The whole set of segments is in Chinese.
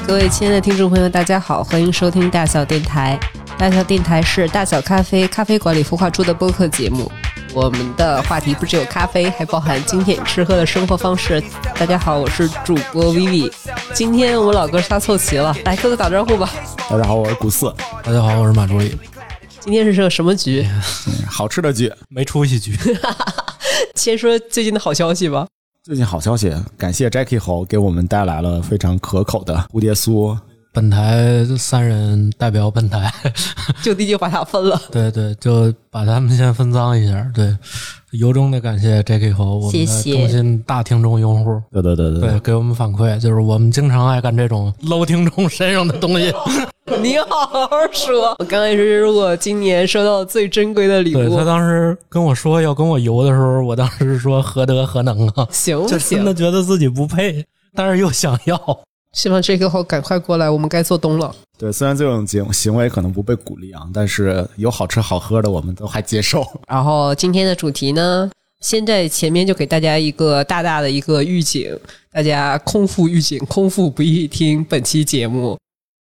各位亲爱的听众朋友大家好，欢迎收听大小电台。大小电台是大小咖啡馆里孵化出的播客节目，我们的话题不只有咖啡，还包含经典吃喝的生活方式。大家好，我是主播 Vivi， 今天我们老哥仨凑齐了，来哥哥打招呼吧。 大家好，我是古四。 大家好，我是马助理。 今天是个什么局？ 好吃的局， 没出息局。 先说最近的好消息吧。 最近好消息，感谢 Jackie 猴给我们带来了非常可口的蝴蝶酥。 本台3人代表本台， 就地就把它分了。 对对，就把他们先分赃一下。对，由衷的感谢 Jackie 猴，我们的中心大听众用户。对，给我们反馈，就是我们经常爱干这种搂听众身上的东西。 你好好说。我刚开始如果今年收到最珍贵的礼物， 对，他当时跟我说要跟我游的时候，我当时说何德何能啊， 行不行？ 就真的觉得自己不配，但是又想要。 希望这个后赶快过来，我们该做冬了。 对，虽然这种行为可能不被鼓励啊，但是有好吃好喝的我们都还接受。 然后今天的主题呢，先在前面就给大家一个大大的一个预警，大家空腹预警，空腹不宜听本期节目。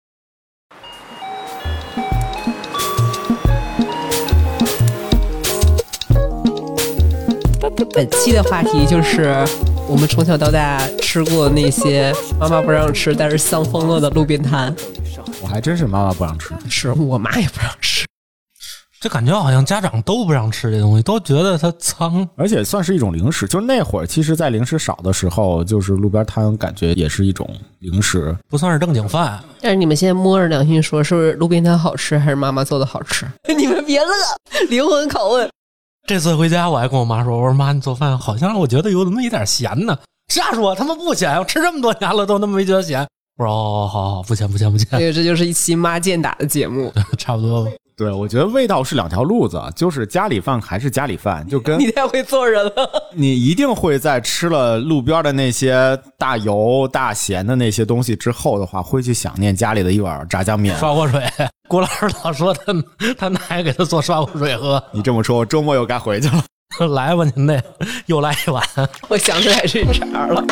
本期的话题就是我们从小到大吃过那些妈妈不让吃但是香疯了的路边摊。 我还真是妈妈不让吃， 是我妈也不让吃。 这感觉好像家长都不让吃这东西，都觉得它脏， 而且算是一种零食。就那会儿其实在零食少的时候，就是路边摊感觉也是一种零食， 不算是正经饭。 但是你们现在摸着良心说，是不是路边摊好吃还是妈妈做的好吃？你们别乐，灵魂拷问。 这次回家我还跟我妈说，我说妈，你做饭好像我觉得有那么一点咸呢。瞎说，他们不咸，我吃这么多年了都那么没觉得咸。我说哦，好，不咸。 对，这就是一期妈见打的节目。 差不多吧。 对，我觉得味道是两条路子，就是家里饭还是家里饭，就跟你太会做人了。 你一定会在吃了路边的那些大油大咸的那些东西之后的话，会去想念家里的一碗炸酱面、 刷锅水。郭老师老说他奶给他做刷锅水喝。 你这么说，我周末又该回去了。 来吧，您得又来一碗。 我想起来这茬了。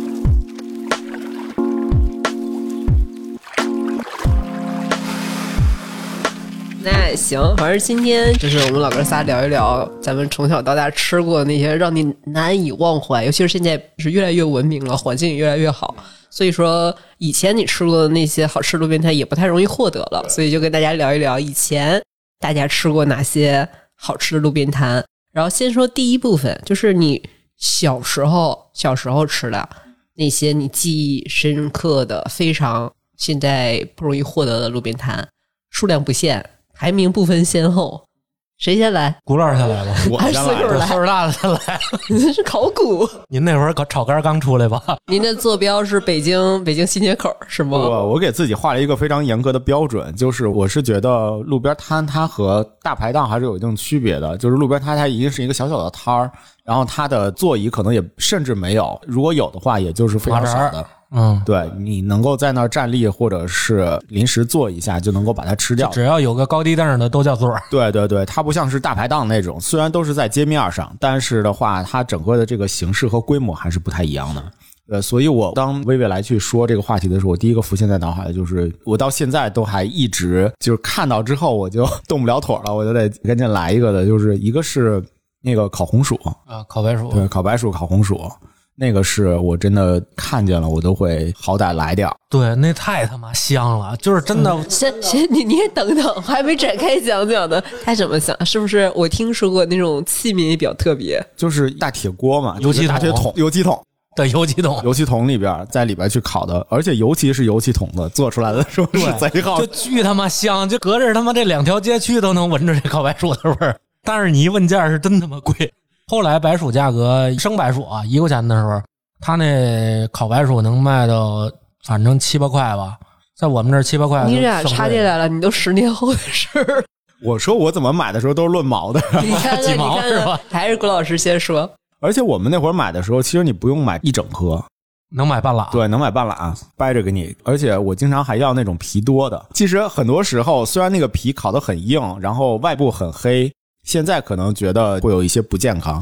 那行，反正今天就是我们老哥仨聊一聊咱们从小到大吃过那些让你难以忘怀，尤其是现在是越来越文明了，环境也越来越好，所以说以前你吃过的那些好吃路边摊也不太容易获得了，所以就跟大家聊一聊以前大家吃过哪些好吃的路边摊。然后先说第一部分，就是你小时候吃的那些你记忆深刻的非常现在不容易获得的路边摊，数量不限，排名不分先后，谁先来？ 古老师先来吧。 我先来， 岁数大的先来。 您是考古？ 您那会儿炒肝刚出来吧？ 您的坐标是北京新街口是吗？ 我给自己画了一个非常严格的标准，就是我是觉得路边摊它和大排档还是有一定区别的，就是路边摊它一定是一个小小的摊儿，然后它的座椅可能也甚至没有，如果有的话也就是非常少的。对，你能够在那儿站立或者是临时坐一下就能够把它吃掉， 只要有个高低凳的都叫座。 对，它不像是大排档那种，虽然都是在街面上，但是的话它整个的这个形式和规模还是不太一样的。所以我当薇薇来去说这个话题的时候，我第一个浮现在脑海的就是我到现在都还一直就是看到之后我就动不了腿了，我就得赶紧来一个的，就是一个是那个烤红薯啊，烤白薯。对， 烤白薯烤红薯，那个是我真的看见了我都会好歹来点。 对，那太他妈香了，就是真的。 先你也等等，我还没展开讲讲呢。他怎么想？是不是我听说过那种器皿也比较特别？ 就是大铁锅嘛， 油漆桶， 油漆桶。 对，油漆桶里边，在里边去烤的，而且尤其是油漆桶的做出来的时候是贼好，就巨他妈香，就隔着他妈这2条街区都能闻着这烤白薯的味儿。但是你一问价是真他妈贵。后来白薯价格生白薯啊1块钱的时候，他那烤白薯能卖到反正7、8块吧，在我们这儿7、8块。 你俩插进来了，你都10年后的事儿。 我说我怎么买的时候都是论毛的， 你看几毛是吧？ 还是郭老师先说。 而且我们那会儿买的时候，其实你不用买一整颗， 能买半拉。 对，能买半拉，掰着给你。而且我经常还要那种皮多的。其实很多时候，虽然那个皮烤得很硬，然后外部很黑，现在可能觉得会有一些不健康，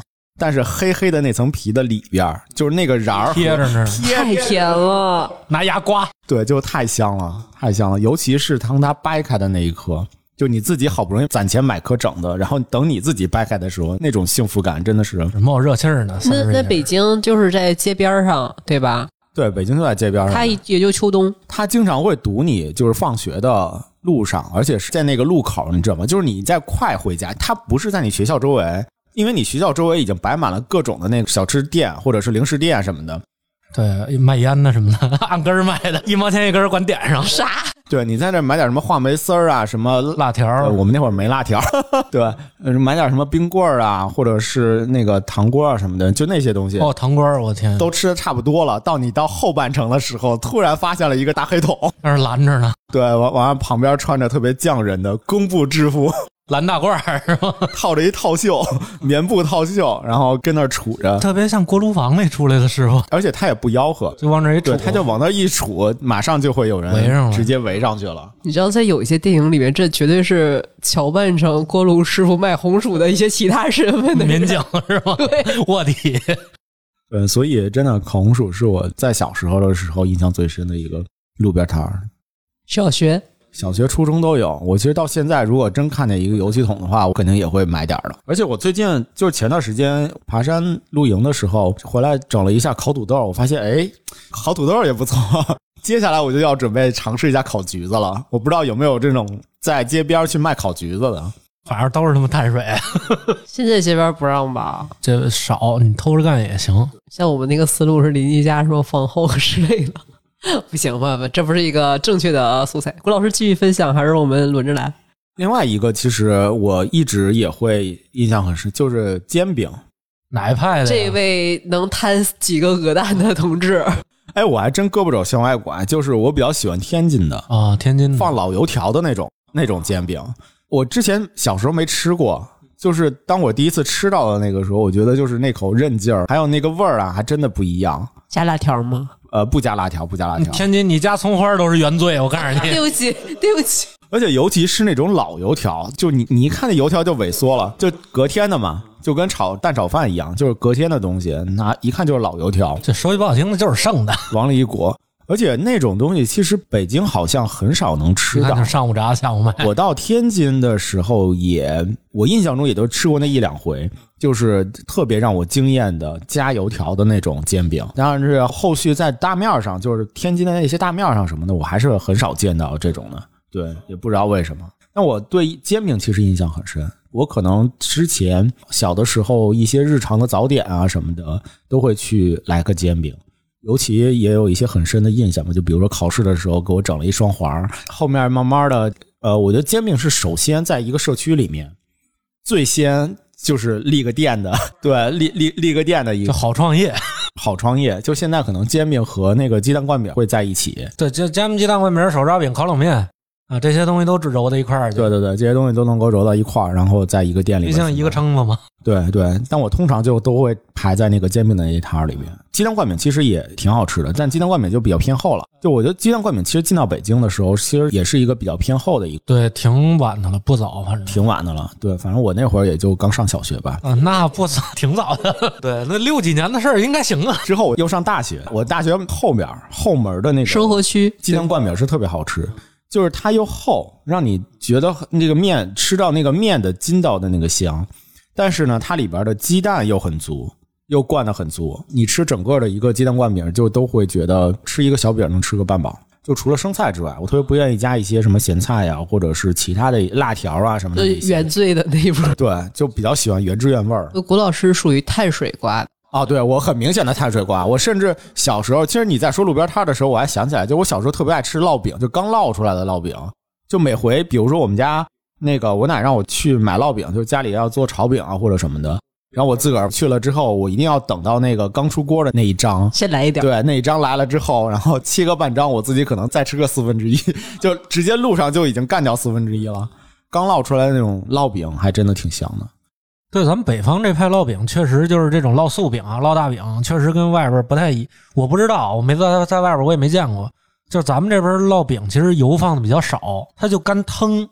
但是黑黑的那层皮的里边就是那个瓤儿贴着呢， 太甜了， 拿牙刮。 对，就太香了，太香了。尤其是当它掰开的那一刻，就你自己好不容易攒钱买颗整的，然后等你自己掰开的时候，那种幸福感真的是冒热气儿呢。 那北京就是在街边上，对吧？ 对，北京就在街边上， 它也就秋冬， 它经常会堵你，就是放学的路上，而且是在那个路口，你知道吗？就是你在快回家，它不是在你学校周围，因为你学校周围已经摆满了各种的那个小吃店或者是零食店什么的。 对，卖烟的什么的，按根儿卖的，1毛钱一根儿，管点上。 啥？ 对，你在这买点什么话梅丝儿啊，什么辣条， 我们那会儿没辣条，对，买点什么冰棍儿啊，或者是那个糖果啊什么的，就那些东西。 哦，糖果，我天， 都吃的差不多了。到你到后半程的时候，突然发现了一个大黑桶， 那是拦着呢。 对，完旁边穿着特别匠人的工部制服。 蓝大褂是吗？ 套着一套袖，棉布套袖，然后跟那儿杵着， 特别像锅炉房里出来的师傅， 而且他也不吆喝， 就往那一杵， 对，他就往那一杵，马上就会有人围上了， 直接围上去了。 你知道，在有一些电影里面，这绝对是乔扮成锅炉师傅卖红薯的一些其他身份的民警是吗？ 对， 卧底。 所以真的烤红薯是我在小时候的时候印象最深的一个路边摊儿。小学、初中都有。我其实到现在，如果真看见一个油漆桶的话，我肯定也会买点的。而且我最近就是前段时间爬山露营的时候，回来整了一下烤土豆，我发现烤土豆也不错。接下来我就要准备尝试一下烤橘子了。我不知道有没有这种在街边去卖烤橘子的， 反正都是他妈碳水。 现在街边不让吧？ 这少，你偷着干也行。 像我们那个思路是邻居家说放后之类的。不行吧，这不是一个正确的素材。郭老师继续分享，还是我们轮着来？ 另外一个，其实我一直也会印象很深，就是煎饼。 哪一派的？ 这位能摊几个鹅蛋的同志， 我还真胳膊肘向外拐，就是我比较喜欢天津的啊，天津的放老油条的那种煎饼。我之前小时候没吃过，就是当我第一次吃到的那个时候，我觉得就是那口韧劲儿，还有那个味儿啊，还真的不一样。 加辣条吗？ 不加辣条，不加辣条。 天津你加葱花都是原罪，我告诉你。 对不起。 而且尤其是那种老油条，就你一看那油条就萎缩了，就隔天的嘛，就跟蛋炒饭一样，就是隔天的东西，那一看就是老油条。 这说句不好听的，就是剩的， 往里一裹。而且那种东西其实北京好像很少能吃到， 上午炸下午卖。 我到天津的时候我印象中也都吃过那1-2回，就是特别让我惊艳的加油条的那种煎饼。当然是后续在大面上，就是天津的那些大面上什么的，我还是很少见到这种的。对，也不知道为什么。那我对煎饼其实印象很深，我可能之前小的时候一些日常的早点啊什么的都会去来个煎饼。尤其也有一些很深的印象吧，就比如说考试的时候给我整了一双环，后面慢慢的，我觉得煎饼是首先在一个社区里面最先就是立个店的，对，立个店的一个就好创业。 就现在可能煎饼和那个鸡蛋灌饼会在一起， 对，就煎饼、鸡蛋灌饼、手抓饼、烤冷面啊，这些东西都揉在一块儿。 对，这些东西都能够揉到一块儿，然后在一个店里面， 就像一个撑子嘛。 对，但我通常就都会排在那个煎饼的那一摊里面。鸡蛋灌饼其实也挺好吃的，但鸡蛋灌饼就比较偏厚了。就我觉得鸡蛋灌饼其实进到北京的时候，其实也是一个比较偏厚的一个。 对，挺晚的了，不早，反正挺晚的了。对，反正我那会儿也就刚上小学吧。 那不早，挺早的。对，那60几年的事儿应该行啊。 之后我又上大学，我大学后门的那个生活区鸡蛋灌饼是特别好吃。就是它又厚，让你觉得那个面吃到那个面的筋道的那个香，但是呢，它里边的鸡蛋又很足，又灌得很足。你吃整个的一个鸡蛋灌饼，就都会觉得吃一个小饼能吃个半饱。就除了生菜之外，我特别不愿意加一些什么咸菜呀，或者是其他的辣条啊什么的。 原罪的那一部分。 对，就比较喜欢原汁原味儿。 古老师属于碳水瓜的。 对，我很明显的碳水瓜。我甚至小时候，其实你在说路边摊的时候，我还想起来，就我小时候特别爱吃烙饼，就刚烙出来的烙饼。就每回，比如说我们家那个我奶让我去买烙饼，就家里要做炒饼啊或者什么的，然后我自个儿去了之后，我一定要等到那个刚出锅的那一张， 先来一点。 对，那一张来了之后，然后切个半张，我自己可能再吃个1/4，就直接路上就已经干掉1/4了。刚烙出来的那种烙饼还真的挺香的。 对，咱们北方这派烙饼确实就是这种烙素饼啊、烙大饼，确实跟外边不太一。我不知道，我没在外边我也没见过。就是咱们这边烙饼其实油放的比较少，它就干腾。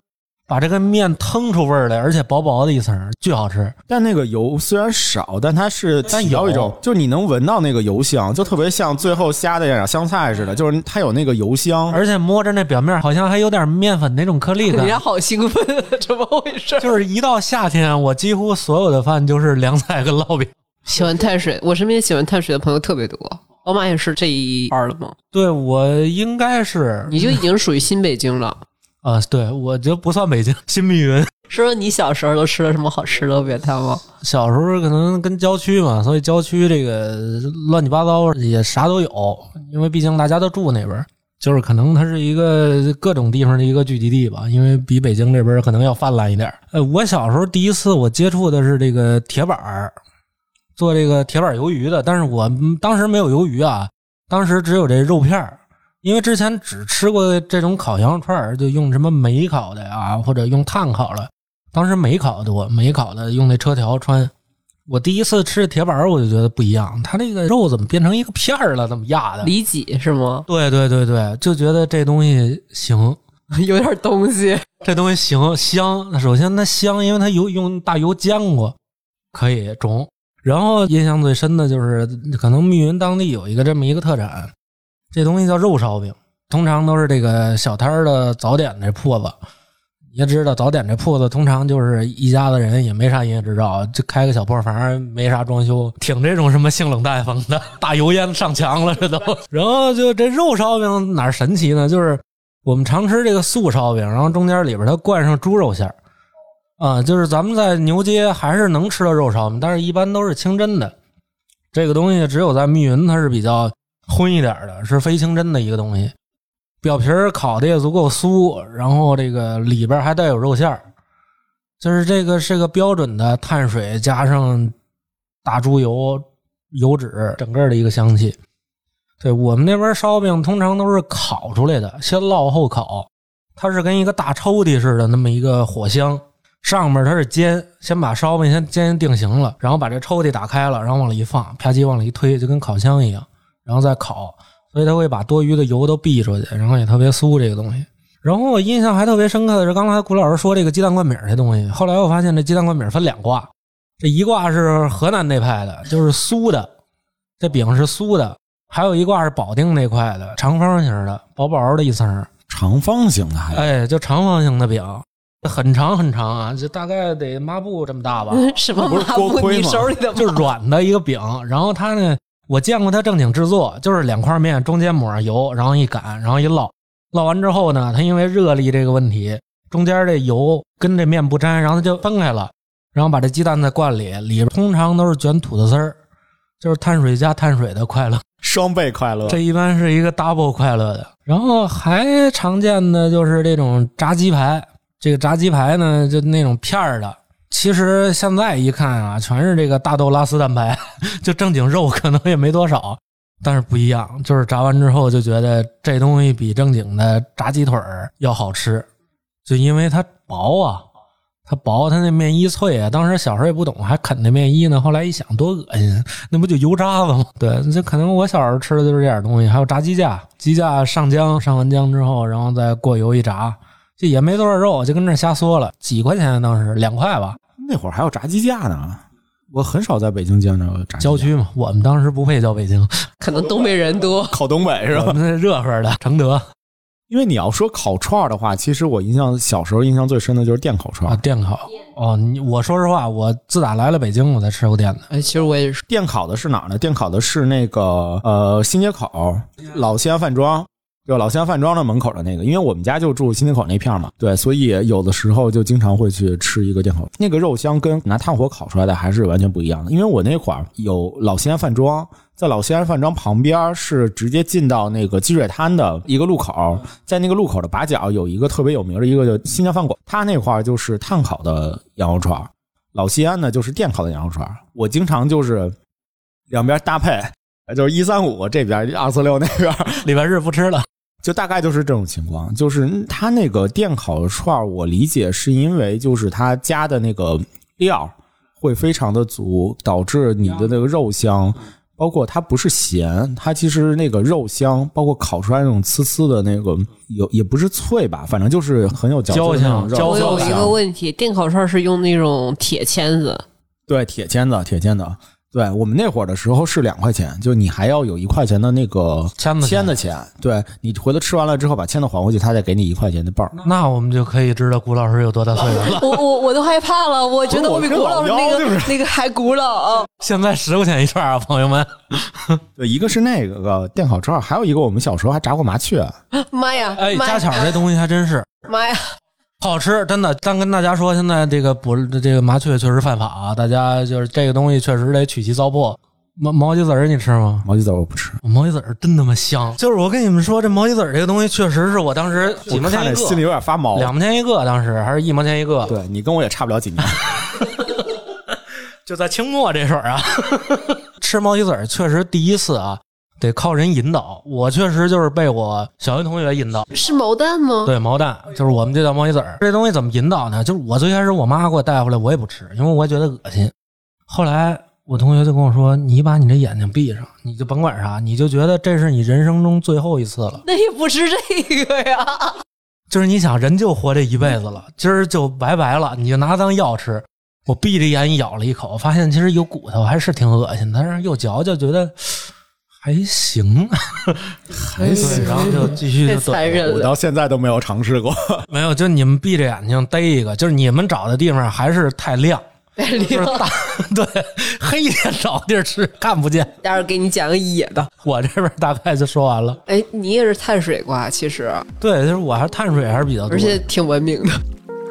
把这个面腾出味儿来，而且薄薄的一层，巨好吃。 但那个油虽然少，但它是有一种，就是你能闻到那个油香，就特别像最后下的那点香菜似的，就是它有那个油香， 而且摸着那表面好像还有点面粉那种颗粒感。 人家好兴奋，怎么回事？ 就是一到夏天，我几乎所有的饭就是凉菜跟烙饼。 喜欢碳水，我身边喜欢碳水的朋友特别多。老马也是这一块了吗？ 对，我应该是。 你就已经属于新北京了。 对，我就不算北京，新密云。 说你小时候都吃了什么好吃的别摊吗？ 小时候可能跟郊区嘛，所以郊区这个乱七八糟也啥都有，因为毕竟大家都住那边，就是可能它是一个各种地方的一个聚集地吧，因为比北京这边可能要泛滥一点。我小时候第一次我接触的是这个铁板，做这个铁板鱿鱼的，但是我当时没有鱿鱼啊，当时只有这肉片。因为之前只吃过这种烤羊肉串，就用什么煤烤的呀，或者用炭烤的。当时煤烤多，煤烤的用那车条穿。我第一次吃铁板，我就觉得不一样，它那个肉怎么变成一个片儿了，那么压的？ 里脊是吗？ 对对对对，就觉得这东西行， 有点东西。 这东西行香。首先它香，因为它用大油煎过，可以中。然后印象最深的就是可能密云当地有一个这么一个特产。这东西叫肉烧饼，通常都是这个小摊的早点这铺子。你也知道，早点这铺子通常就是一家子人，也没啥营业执照，就开个小破房，没啥装修，挺这种什么性冷淡风的，大油烟上墙了这都。然后就这肉烧饼哪儿神奇呢？就是我们常吃这个素烧饼，然后中间里边它灌上猪肉馅儿就是咱们在牛街还是能吃到肉烧饼，但是一般都是清真的。这个东西只有在密云它是比较荤一点的，是非清真的一个东西，表皮烤的也足够酥，然后这个里边还带有肉馅儿，就是这个是个标准的碳水加上大猪油油脂整个的一个香气。对，我们那边烧饼通常都是烤出来的，先烙后烤，它是跟一个大抽屉似的那么一个火箱，上面它是煎，先把烧饼先煎定型了，然后把这抽屉打开了，然后往里一放，啪叽往里一推，就跟烤箱一样，然后再烤，所以它会把多余的油都避出去，然后也特别酥这个东西。然后我印象还特别深刻的是刚才古老师说这个鸡蛋灌饼这东西，后来我发现这鸡蛋灌饼分两挂，这一挂是河南那派的，就是酥的，这饼是酥的，还有一挂是保定那块的，长方形的，薄薄的一层， 长方形的还就长方形的饼，很长很长啊，就大概得抹布这么大吧。 什么抹布？你手里的就是软的一个饼，然后它呢，我见过它正经制作，就是两块面中间抹上油，然后一擀，然后一烙，烙完之后呢，它因为热力这个问题，中间这油跟这面不沾，然后它就分开了，然后把这鸡蛋再灌里边通常都是卷吐司丝儿，就是碳水加碳水的快乐， 双倍快乐， 这一般是一个 double 快乐的。然后还常见的就是这种炸鸡排，这个炸鸡排呢就那种片儿的，其实现在一看啊，全是这个大豆拉丝蛋白，就正经肉可能也没多少，但是不一样，就是炸完之后就觉得这东西比正经的炸鸡腿要好吃，就因为它薄啊，它薄，它那面衣脆啊。当时小时候也不懂，还啃那面衣呢，后来一想多恶心，那不就油渣子吗？对，这可能我小时候吃的就是这点东西。还有炸鸡架，鸡架上浆，上完浆之后，然后再过油一炸，这也没多少肉，就跟这瞎嗦了，几块钱当时2块吧。 那会儿还有炸鸡架呢，我很少在北京见着炸鸡架。 郊区嘛，我们当时不配叫北京， 可能东北人多， 烤东北是吧？ 我们是热河的承德。 因为你要说烤串的话，其实我小时候印象最深的就是电烤串啊，电烤哦。我说实话，我自打来了北京，我才吃过电的。 哎，其实我也是。 电烤的是哪儿呢？电烤的是那个新街口老西安饭庄。就老西安饭庄的门口的那个，因为我们家就住新街口那片嘛，对，所以有的时候就经常会去吃一个电烤，那个肉香跟拿炭火烤出来的还是完全不一样的。因为我那会儿有老西安饭庄，在老西安饭庄旁边是直接进到那个积水滩的一个路口，在那个路口的把角有一个特别有名的一个叫新疆饭馆，它那块就是炭烤的羊肉串，老西安呢就是电烤的羊肉串。我经常就是两边搭配，就是135这边246那边， 礼拜日不吃了。 就大概就是这种情况，就是它那个电烤串我理解是因为就是它加的那个料会非常的足，导致你的那个肉香包括它不是咸，它其实那个肉香，包括烤出来那种呲呲的那个也不是脆吧，反正就是很有嚼劲的那种肉。 我有一个问题，电烤串是用那种铁签子？ 对，铁签子。对，我们那会儿的时候是2块钱，就你还要有1块钱的那个签的钱。对，你回头吃完了之后把签子还回去，他再给你1块钱的棒。 那我们就可以知道古老师有多大岁数了。 我都害怕了，我觉得我比古老师那个还古老啊。 现在10块钱一串啊，朋友们。 对，一个是那个电烤串，还有一个我们小时候还炸过麻雀。 妈呀！ 哎，家巧这东西还真是。 妈呀！ 好吃，真的。但跟大家说，现在这个麻雀确实犯法啊！大家就是这个东西确实得取其糟粕。毛鸡子儿你吃吗？ 毛鸡子儿我不吃， 毛鸡子儿真他妈香。就是我跟你们说，这毛鸡子儿这个东西确实是我当时几毛钱一个， 心里有点发毛。 2毛钱一个，当时还是1毛钱一个。 对，你跟我也差不了几年。 就在清末这会儿啊，吃毛鸡子儿确实第一次啊。得靠人引导，我确实就是被我小学同学引导。 是毛蛋吗？ 对，毛蛋就是我们这叫毛鸡子儿。这东西怎么引导呢？就是我最开始我妈给我带回来，我也不吃，因为我觉得恶心。后来我同学就跟我说：“你把你这眼睛闭上，你就甭管啥，你就觉得这是你人生中最后一次了。” 那也不是这个呀， 就是你想，人就活这一辈子了，今儿就拜拜了，你就拿当药吃。我闭着眼咬了一口，发现其实有骨头，还是挺恶心，但是又嚼嚼觉得。还行， 还行， 然后就继续就残忍了。 我到现在都没有尝试过， 没有，就你们闭着眼睛逮一个，就是你们找的地方还是太亮，就是大，对，黑天找地儿吃看不见。 待会儿给你讲个野的， 我这边大概就说完了。 哎，你也是碳水瓜，其实对，就是我还碳水还是比较多， 而且挺文明的。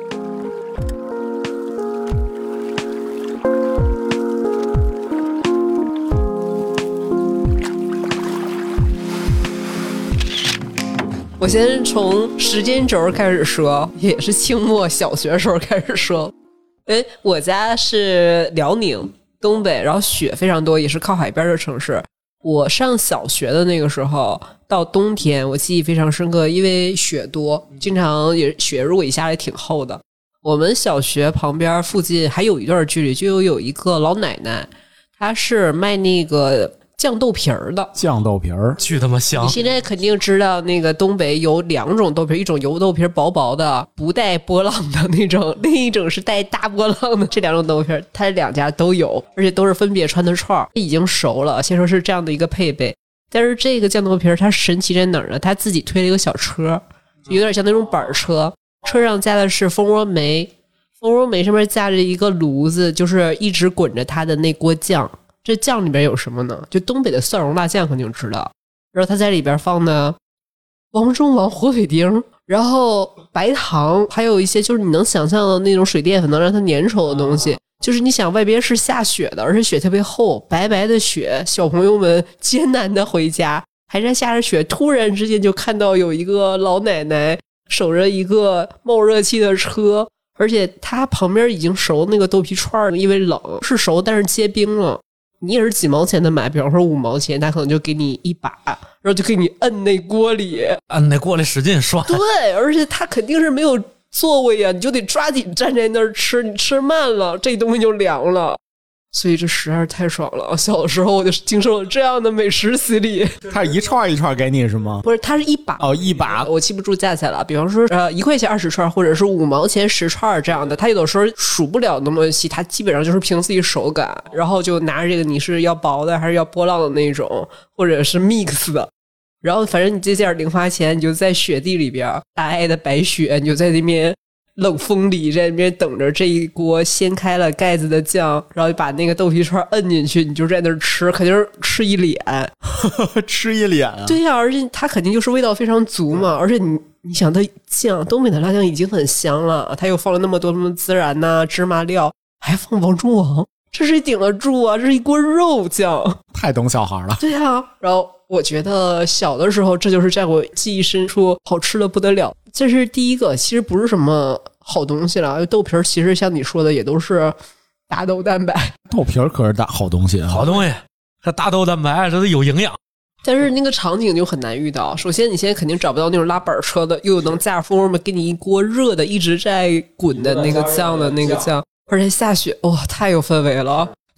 我先从时间轴开始说，也是清末小学时候开始说。我家是辽宁东北，然后雪非常多，也是靠海边的城市。我上小学的那个时候，到冬天我记忆非常深刻，因为雪多，经常也雪如果一下来挺厚的。我们小学旁边附近还有一段距离，就有一个老奶奶，她是卖那个酱豆皮儿的。 酱豆皮儿巨他妈香！ 你现在肯定知道那个东北有2种豆皮，一种油豆皮薄薄的不带波浪的那种，另一种是带大波浪的。这2种豆皮它2家都有，而且都是分别穿的串，已经熟了。先说是这样的一个配备，但是这个酱豆皮它神奇在哪儿呢？它自己推了一个小车，有点像那种板车，车上加的是蜂窝煤，蜂窝煤上面架着一个炉子，就是一直滚着它的那锅酱。这酱里边有什么呢？就东北的蒜蓉辣酱肯定知道，然后它在里边放的王中王火腿丁，然后白糖，还有一些就是你能想象的那种水淀粉能让它粘稠的东西。就是你想外边是下雪的，而且雪特别厚，白白的雪，小朋友们艰难的回家，还在下着雪，突然之间就看到有一个老奶奶守着一个冒热气的车，而且它旁边已经熟那个豆皮串，因为冷是熟，但是结冰了。你也是几毛钱的买，比方说5毛钱，他可能就给你一把，然后就给你摁那锅里， 摁那锅里使劲涮。 对，而且他肯定是没有座位啊，你就得抓紧站在那儿吃，你吃慢了，这东西就凉了。所以这实在是太爽了！小的时候我就经受了这样的美食洗礼。 它一串一串给你是吗？ 不是，它是一把哦，一把。 我记不住价钱了，比方说1块钱20串，或者是5毛钱10串这样的。它有的时候数不了那么细，它基本上就是凭自己手感，然后就拿着这个，你是要薄的还是要波浪的那种，或者是 mix 的。然后反正你这点零花钱，你就在雪地里边，大爱的白雪，你就在那边。冷风里在那边等着这一锅掀开了盖子的酱，然后把那个豆皮串摁进去，你就在那儿吃，肯定是吃一脸吃一脸啊！ 对呀，而且它肯定就是味道非常足嘛，而且你想它酱，东北的辣酱已经很香了，它又放了那么多什么孜然呐、芝麻料，还放王中王，这谁顶得住啊？这是一锅肉酱， 太懂小孩了。 对啊，然后我觉得小的时候这就是在我记忆深处好吃的不得了。这是第一个，其实不是什么好东西了，豆皮儿其实像你说的也都是大豆蛋白。 豆皮儿可是好东西啊， 好东西，这大豆蛋白这都有营养。 但是那个场景就很难遇到。首先你现在肯定找不到那种拉板车的，又能架蜂窝煤给你一锅热的一直在滚的那个酱的那个酱，而且下雪，哇，太有氛围了。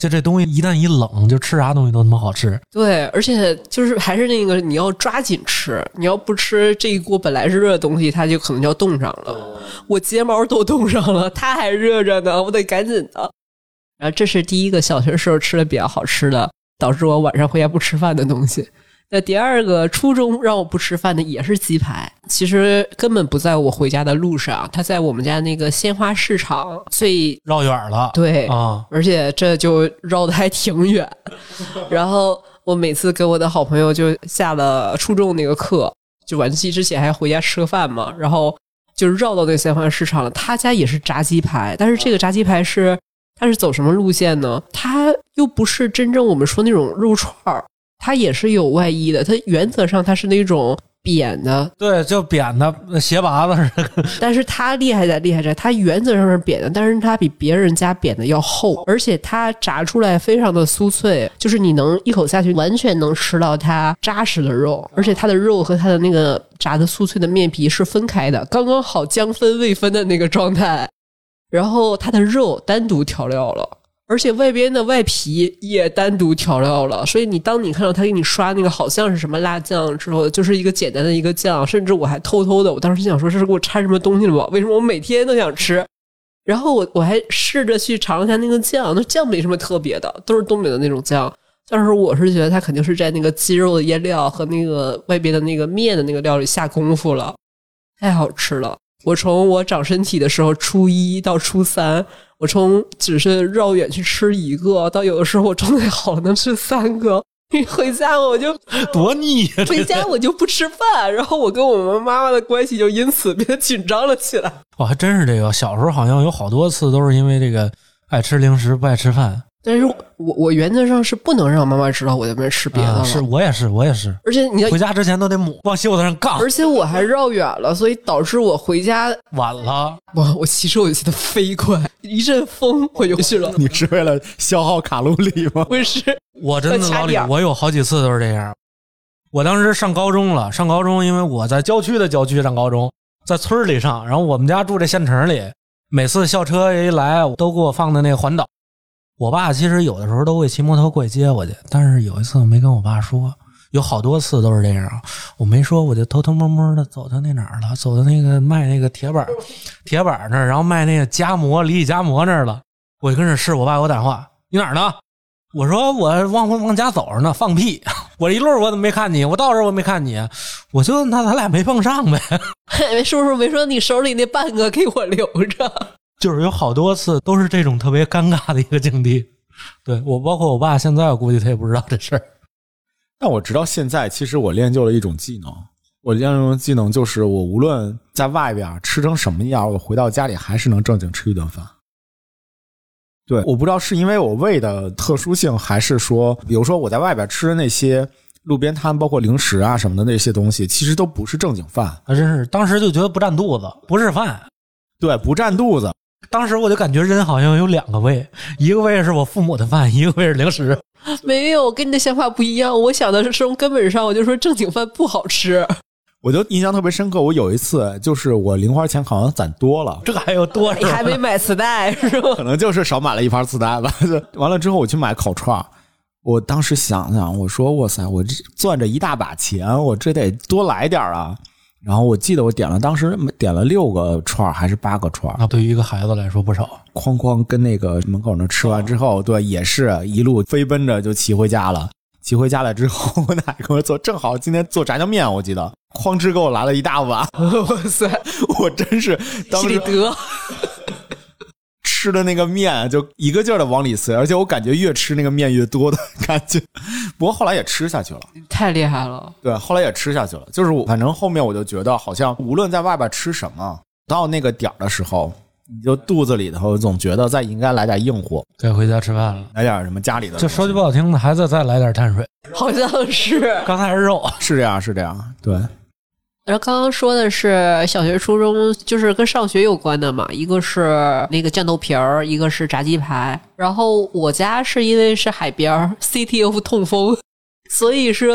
就这东西一旦一冷，就吃啥东西都他妈好吃。 对，而且就是还是那个你要抓紧吃，你要不吃这一锅本来是热的东西，它就可能就要冻上了。我睫毛都冻上了，它还热着呢，我得赶紧的。然后这是第一个小学时候吃的比较好吃的，导致我晚上回家不吃饭的东西。那第二个初中让我不吃饭的也是鸡排，其实根本不在我回家的路上，它在我们家那个鲜花市场，所以绕远了。 对啊， 而且这就绕得还挺远。然后我每次跟我的好朋友就下了初中那个课，就晚自习之前还回家吃个饭嘛，然后就绕到那个鲜花市场了。他家也是炸鸡排，但是这个炸鸡排它是走什么路线呢？它又不是真正我们说那种肉串儿。它也是有外衣的，它原则上它是那种扁的， 对，就扁的鞋拔子似的。 但是它厉害在它原则上是扁的，但是它比别人家扁的要厚，而且它炸出来非常的酥脆，就是你能一口下去完全能吃到它扎实的肉，而且它的肉和它的那个炸的酥脆的面皮是分开的，刚刚好将分未分的那个状态，然后它的肉单独调料了。而且外边的外皮也单独调料了，所以当你看到他给你刷那个好像是什么辣酱之后，就是一个简单的一个酱，甚至我还偷偷的，我当时想说这是给我掺什么东西了吗？为什么我每天都想吃？然后我还试着去尝一下那个酱，那酱没什么特别的，都是东北的那种酱，但是我是觉得它肯定是在那个鸡肉的腌料和那个外边的那个面的那个料里下功夫了，太好吃了。我从我长身体的时候初一到初三，我从只是绕远去吃一个，到有的时候我状态好了能吃3个。回家我就多腻啊！ 回家我就不吃饭，然后我跟我们妈妈的关系就因此变得紧张了起来。 我还真是这个，小时候好像有好多次都是因为这个爱吃零食不爱吃饭。 但是我原则上是不能让妈妈知道我在那边吃别的了。 是我也是。 而且你回家之前都得往袖子上杠。 而且我还绕远了，所以导致我回家晚了。 我骑车我就骑得飞快，一阵风我就去了。 你是为了消耗卡路里吗？ 不是， 我真的老李，我有好几次都是这样。我当时上高中了，因为我在郊区上高中，在村里上，然后我们家住这县城里，每次校车一来都给我放在那个环岛。我爸其实有的时候都会骑摩托过去接我去，但是有一次我没跟我爸说，有好多次都是这样，我没说，我就偷偷摸摸的走到那哪儿了，走到那个卖那个铁板那儿，然后卖那个离体夹馍那儿了。我就跟着试，我爸给我打电话，你哪儿呢？我说我往家走着呢，放屁！我这一路我怎么没看你？我到这儿我没看你，我就那咱俩没碰上呗。 叔叔没说你手里那半个给我留着。 就是有好多次都是这种特别尴尬的一个境地。对，我包括我爸现在我估计他也不知道这事儿。 但我直到现在其实我练就了一种技能，我练就的技能就是我无论在外边吃成什么样，我回到家里还是能正经吃一顿饭。对，我不知道是因为我胃的特殊性，还是说比如说我在外边吃的那些路边摊包括零食啊什么的那些东西其实都不是正经饭。 真是当时就觉得不占肚子，不是饭。 对，不占肚子。 当时我就感觉人好像有2个胃，一个胃是我父母的饭，一个胃是零食。 没有，跟你的想法不一样。我想的是从根本上我就说正经饭不好吃。 我就印象特别深刻，我有一次就是我零花钱好像攒多了， 这个还有多， 你还没买磁带是吧？ 可能就是少买了一盘磁带吧。完了之后我去买烤串，我当时想想，我说哇塞，我这攥着一大把钱，我这得多来点啊。然后我记得我当时点了6个串还是8个串， 那对于一个孩子来说不少。 哐哐跟那个门口那吃完之后，对，也是一路飞奔着就骑回家了。骑回家了之后，我奶给我做，正好今天做炸酱面，我记得哐哧给我来了一大碗。 哇塞， 我真是当时得吃的那个面就一个劲儿的往里塞，而且我感觉越吃那个面越多的感觉。不过后来也吃下去了， 太厉害了。 对，后来也吃下去了。就是反正后面我就觉得，好像无论在外边吃什么，到那个点的时候，你就肚子里头总觉得再应该来点硬货， 该回家吃饭了， 来点什么家里的。 就说句不好听的，还再来点碳水， 好像是。 刚才是肉， 是这样，是这样，对。 然后刚刚说的是小学初中就是跟上学有关的嘛，一个是那个酱豆皮儿，一个是炸鸡排。然后我家是因为是海边 City of 痛风，所以说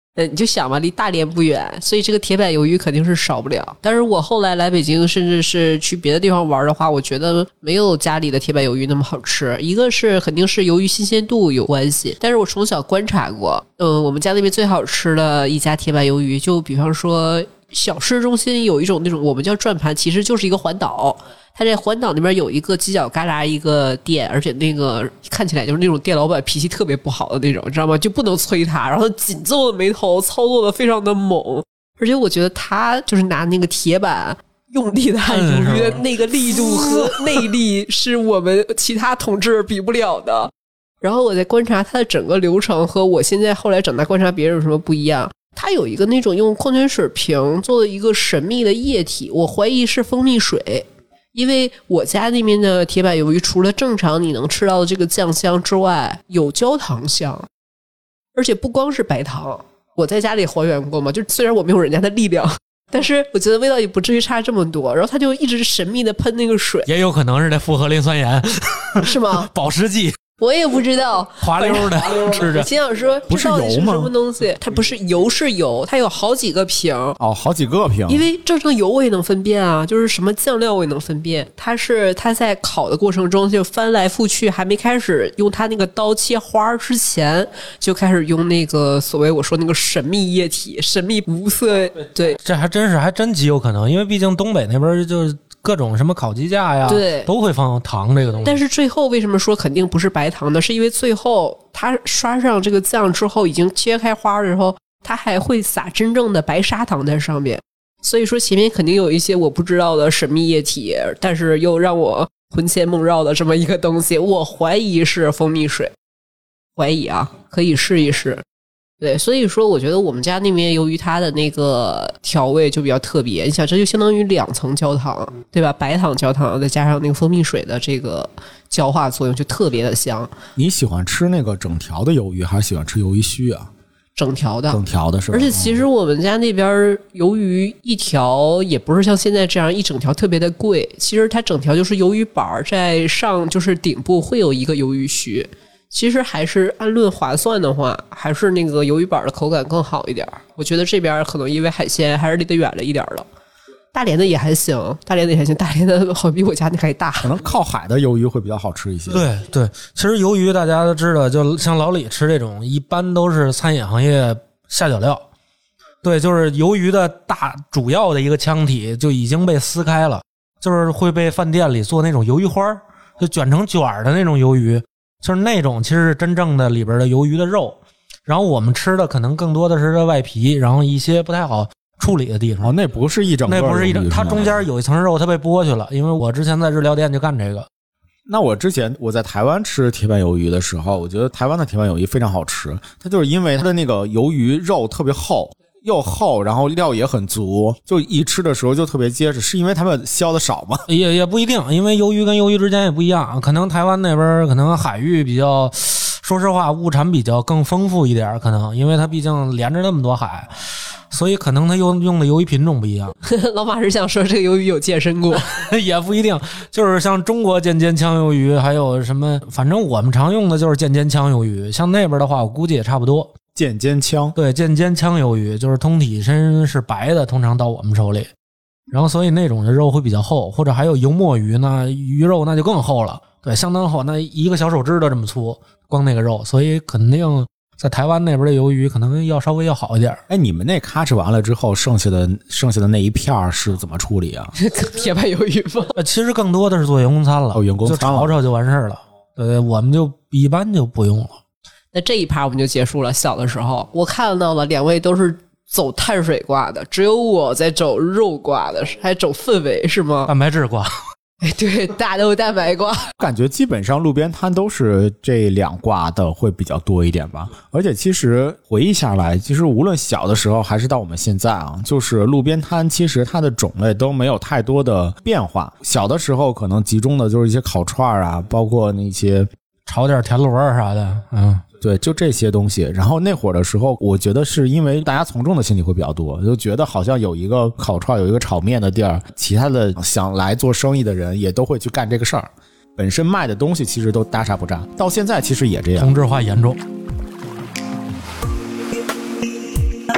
你就想吧，离大连不远，所以这个铁板鱿鱼肯定是少不了。但是我后来来北京，甚至是去别的地方玩的话，我觉得没有家里的铁板鱿鱼那么好吃。一个是肯定是由于新鲜度有关系，但是我从小观察过，我们家那边最好吃的一家铁板鱿鱼，就比方说小市中心有一种那种我们叫转盘，其实就是一个环岛。它在环岛那边有一个犄角旮旯一个店，而且那个看起来就是那种店老板脾气特别不好的那种，你知道吗？就不能催他，然后紧皱的眉头，操作的非常的猛。而且我觉得他就是拿那个铁板用力的按鱿鱼的那个力度和内力是我们其他同志比不了的。然后我在观察他的整个流程和我现在后来长大观察别人有什么不一样。它有一个那种用矿泉水瓶做的一个神秘的液体，我怀疑是蜂蜜水。因为我家那边的铁板鱿鱼除了正常你能吃到的这个酱香之外，有焦糖香，而且不光是白糖，我在家里还原过嘛，就虽然我没有人家的力量，但是我觉得味道也不至于差这么多。然后他就一直神秘的喷那个水， 也有可能是这复合磷酸盐， 是吗？ 保湿剂。 我也不知道， 滑溜的吃着。 心想说， 不是油吗？ 是什么东西？它不是油，是油，它有好几个瓶哦，好几个瓶。 因为正常油我也能分辨啊，就是什么酱料我也能分辨。它在烤的过程中就翻来覆去，还没开始用它那个刀切花之前，就开始用那个所谓我说那个神秘液体、神秘无色。对， 这还真极有可能，因为毕竟东北那边就是各种什么烤鸡架呀， 对， 都会放糖这个东西。 但是最后为什么说肯定不是白糖呢？是因为最后它刷上这个酱之后，已经切开花的时候，它还会撒真正的白砂糖在上面。所以说前面肯定有一些我不知道的神秘液体，但是又让我魂牵梦绕的这么一个东西，我怀疑是蜂蜜水，怀疑啊，可以试一试。对，所以说我觉得我们家那边由于它的那个调味就比较特别，你想这就相当于2层焦糖，对吧？白糖焦糖再加上那个蜂蜜水的这个焦化作用，就特别的香。 你喜欢吃那个整条的鱿鱼，还是喜欢吃鱿鱼须啊？ 整条的， 整条的是吧？ 而且其实我们家那边鱿鱼一条也不是像现在这样一整条特别的贵，其实它整条就是鱿鱼板，在上就是顶部会有一个鱿鱼须。其实还是按论划算的话，还是那个鱿鱼板的口感更好一点。我觉得这边可能因为海鲜还是离得远了一点了。大连的也还行，大连的好像比我家那还大。 可能靠海的鱿鱼会比较好吃一些。 对对，其实鱿鱼大家都知道，就像老李吃这种，一般都是餐饮行业下脚料。对，就是鱿鱼的主要的一个腔体就已经被撕开了，就是会被饭店里做那种鱿鱼花，就卷成卷的那种鱿鱼。就是那种其实是真正的里边的鱿鱼的肉，然后我们吃的可能更多的是这外皮，然后一些不太好处理的地方。 哦，那不是一整个， 那不是一整，它中间有一层肉，它被剥去了。因为我之前在日料店就干这个。 那我之前在台湾吃铁板鱿鱼的时候，我觉得台湾的铁板鱿鱼非常好吃，它就是因为它的那个鱿鱼肉特别厚。又厚，然后料也很足，就一吃的时候就特别结实。是因为他们削的少吗？ 也不一定，因为鱿鱼跟鱿鱼之间也不一样，可能台湾那边可能海域比较，说实话物产比较更丰富一点，可能因为它毕竟连着那么多海，所以可能它用的鱿鱼品种不一样。 老马是想说这个鱿鱼有健身过， 也不一定，就是像中国尖尖枪鱿鱼，还有什么，反正我们常用的就是尖尖枪鱿鱼，像那边的话，我估计也差不多。 剑尖枪， 对，剑尖枪鱿鱼就是通体身是白的，通常到我们手里，然后所以那种的肉会比较厚，或者还有油墨鱼呢，鱼肉那就更厚了，对，相当厚，那一个小手指头这么粗，光那个肉，所以肯定在台湾那边的鱿鱼可能要稍微要好一点。 哎，你们那咔哧完了之后，剩下的那一片是怎么处理啊？ 铁板鱿鱼吗？ 其实更多的是做员工餐了， 员工餐就炒炒就完事儿了。对，我们就一般就不用了。 那这一趴我们就结束了。小的时候我看到了2位都是走碳水挂的，只有我在走肉挂的，还走氛围是吗？ 蛋白质挂。 哎，对，大豆蛋白挂。 感觉基本上路边摊都是这2挂的会比较多一点吧。而且其实回忆下来，其实无论小的时候还是到我们现在啊，就是路边摊其实它的种类都没有太多的变化。小的时候可能集中的就是一些烤串啊，包括那些炒点田螺啥的， 对，就这些东西。然后那会儿的时候，我觉得是因为大家从众的心理会比较多，就觉得好像有一个烤串，有一个炒面的地儿，其他的想来做生意的人也都会去干这个事儿。本身卖的东西其实都大差不差，到现在其实也这样， 同质化严重。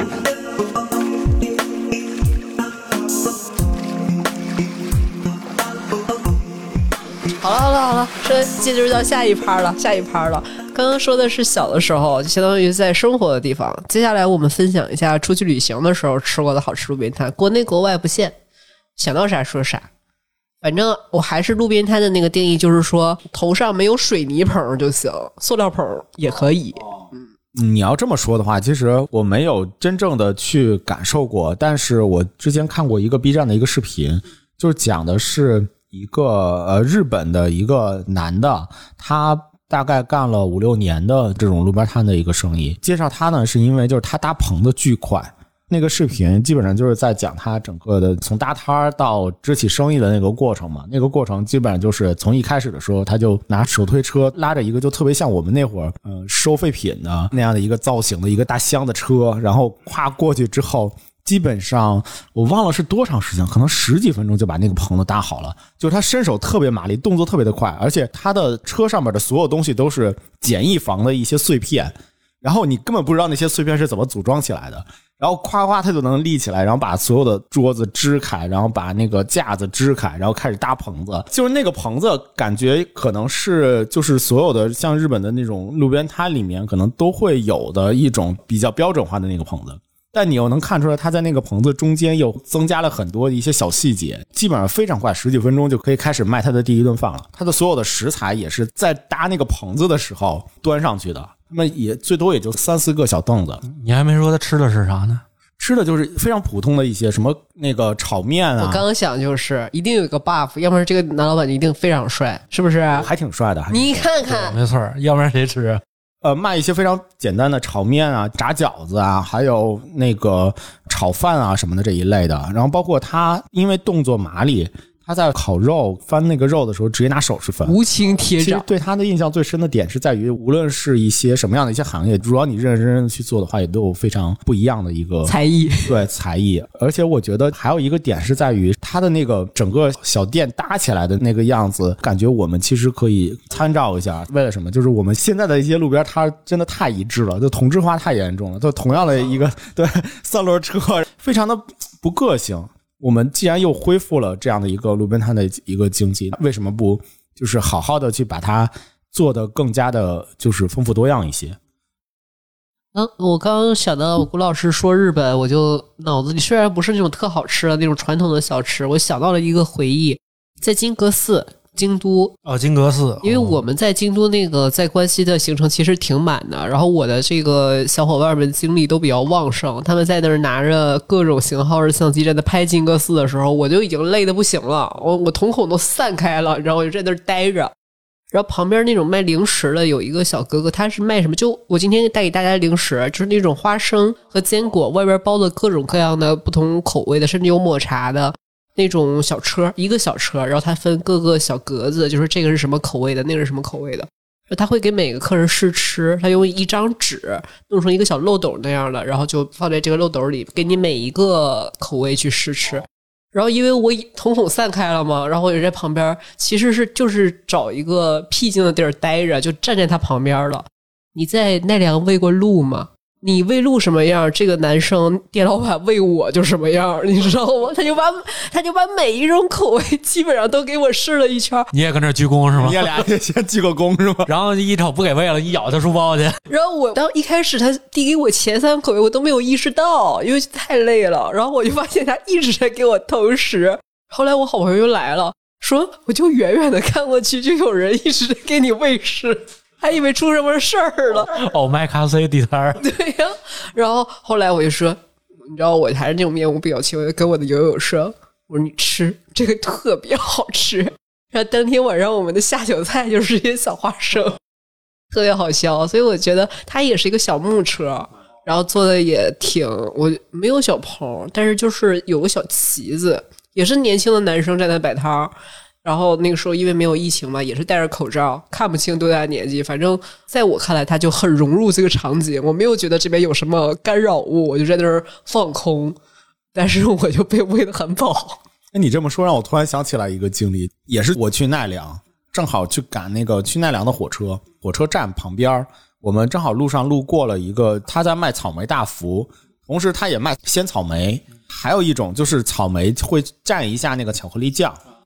好了，这就是到下一趴了。刚刚说的是小的时候，相当于在生活的地方。接下来我们分享一下出去旅行的时候吃过的好吃路边摊，国内国外不限，想到啥说啥。反正我还是路边摊的那个定义，就是说头上没有水泥棚就行，塑料棚也可以。 你要这么说的话，其实我没有真正的去感受过，但是我之前看过一个 B 站的一个视频，就是讲的是一个日本的一个男的，他大概干了5-6年的这种路边摊的一个生意。介绍他呢，是因为就是他搭棚子巨快。那个视频基本上就是在讲他整个的从搭摊到支起生意的那个过程嘛。那个过程基本上就是从一开始的时候，他就拿手推车拉着一个就特别像我们那会儿收废品的那样的一个造型的一个大箱的车，然后跨过去之后，基本上我忘了是多长时间，可能10几分钟就把那个棚子搭好了。就是他身手特别麻利，动作特别的快，而且他的车上面的所有东西都是简易房的一些碎片，然后你根本不知道那些碎片是怎么组装起来的，然后夸夸他就能立起来，然后把所有的桌子支开，然后把那个架子支开，然后开始搭棚子。就是那个棚子感觉可能是就是所有的像日本的那种路边摊里面可能都会有的一种比较标准化的那个棚子，但你又能看出来他在那个棚子中间又增加了很多一些小细节，基本上非常快，10几分钟就可以开始卖他的第一顿饭了。他的所有的食材也是在搭那个棚子的时候端上去的，那么也最多也就3-4个小凳子。 你还没说他吃的是啥呢？ 吃的就是非常普通的一些什么那个炒面啊。 我刚刚想就是一定有一个 buff， 要不然这个男老板一定非常帅，是不是？ 还挺帅的， 你看看， 没错，要不然谁吃？ 卖一些非常简单的炒面啊、炸饺子啊，还有那个炒饭啊什么的这一类的。然后包括他因为动作麻利，他在烤肉翻那个肉的时候直接拿手去翻， 无情铁掌。 其实对他的印象最深的点是在于，无论是一些什么样的一些行业，如果你认真去做的话，也都有非常不一样的一个才艺。 对，才艺。而且我觉得还有一个点是在于他的那个整个小店搭起来的那个样子，感觉我们其实可以参照一下。为了什么？就是我们现在的一些路边摊真的太一致了，就同质化太严重了。就同样的一个对3轮车，非常的不个性。我们既然又恢复了这样的一个路边摊的一个经济，为什么不就是好好的去把它做得更加的就是丰富多样一些？ 我刚刚想到谷老师说日本，我就脑子里虽然不是那种特好吃的那种传统的小吃，我想到了一个回忆，在金阁寺京都金阁寺， 因为我们在京都那个在关西的行程其实挺满的，然后我的这个小伙伴们精力都比较旺盛，他们在那儿拿着各种型号的相机在那拍金阁寺的时候，我就已经累得不行了，我瞳孔都散开了，然后我就在那儿待着。然后旁边那种卖零食的有一个小哥哥，他是卖什么？就我今天带给大家的零食，就是那种花生和坚果外边包的各种各样的不同口味的，甚至有抹茶的那种小车，一个小车，然后它分各个小格子，就是这个是什么口味的，那个是什么口味的。他会给每个客人试吃，他用一张纸弄成一个小漏斗那样的，然后就放在这个漏斗里，给你每一个口味去试吃。然后因为我瞳孔散开了嘛，然后我就在旁边，其实是就是找一个僻静的地儿待着，就站在他旁边了。你在奈良喂过鹿吗？你喂鹿什么样，这个男生店老板喂我就什么样，你知道吗？他就把每一种口味基本上都给我试了一圈。 你也跟那鞠躬是吗？ 你俩先鞠个躬是吗？ 然后一瞅不给喂了，你咬他书包去。 然后我当一开始他递给我前3口味我都没有意识到，因为太累了，然后我就发现他一直在给我偷食。后来我好朋友来了，说我就远远的看过去，就有人一直在给你喂食，还以为出什么事儿了。 哦，麦卡塞地摊儿。 对呀，然后后来我就说，你知道我还是那种面无表情，我就跟我的友友说，我说你吃这个特别好吃。然后当天晚上我们的下酒菜就是一些小花生，特别好笑。所以我觉得它也是一个小木车，然后做的也挺，我没有小棚，但是就是有个小旗子，也是年轻的男生站在摆摊。然后那个时候因为没有疫情嘛，也是戴着口罩，看不清多大年纪，反正在我看来他就很融入这个场景，我没有觉得这边有什么干扰物，我就在那儿放空，但是我就被喂得很饱。 你这么说让我突然想起来一个经历，也是我去奈良，正好去赶那个去奈良的火车，火车站旁边我们正好路上路过了一个他在卖草莓大福，同时他也卖鲜草莓，还有一种就是草莓会蘸一下那个巧克力酱，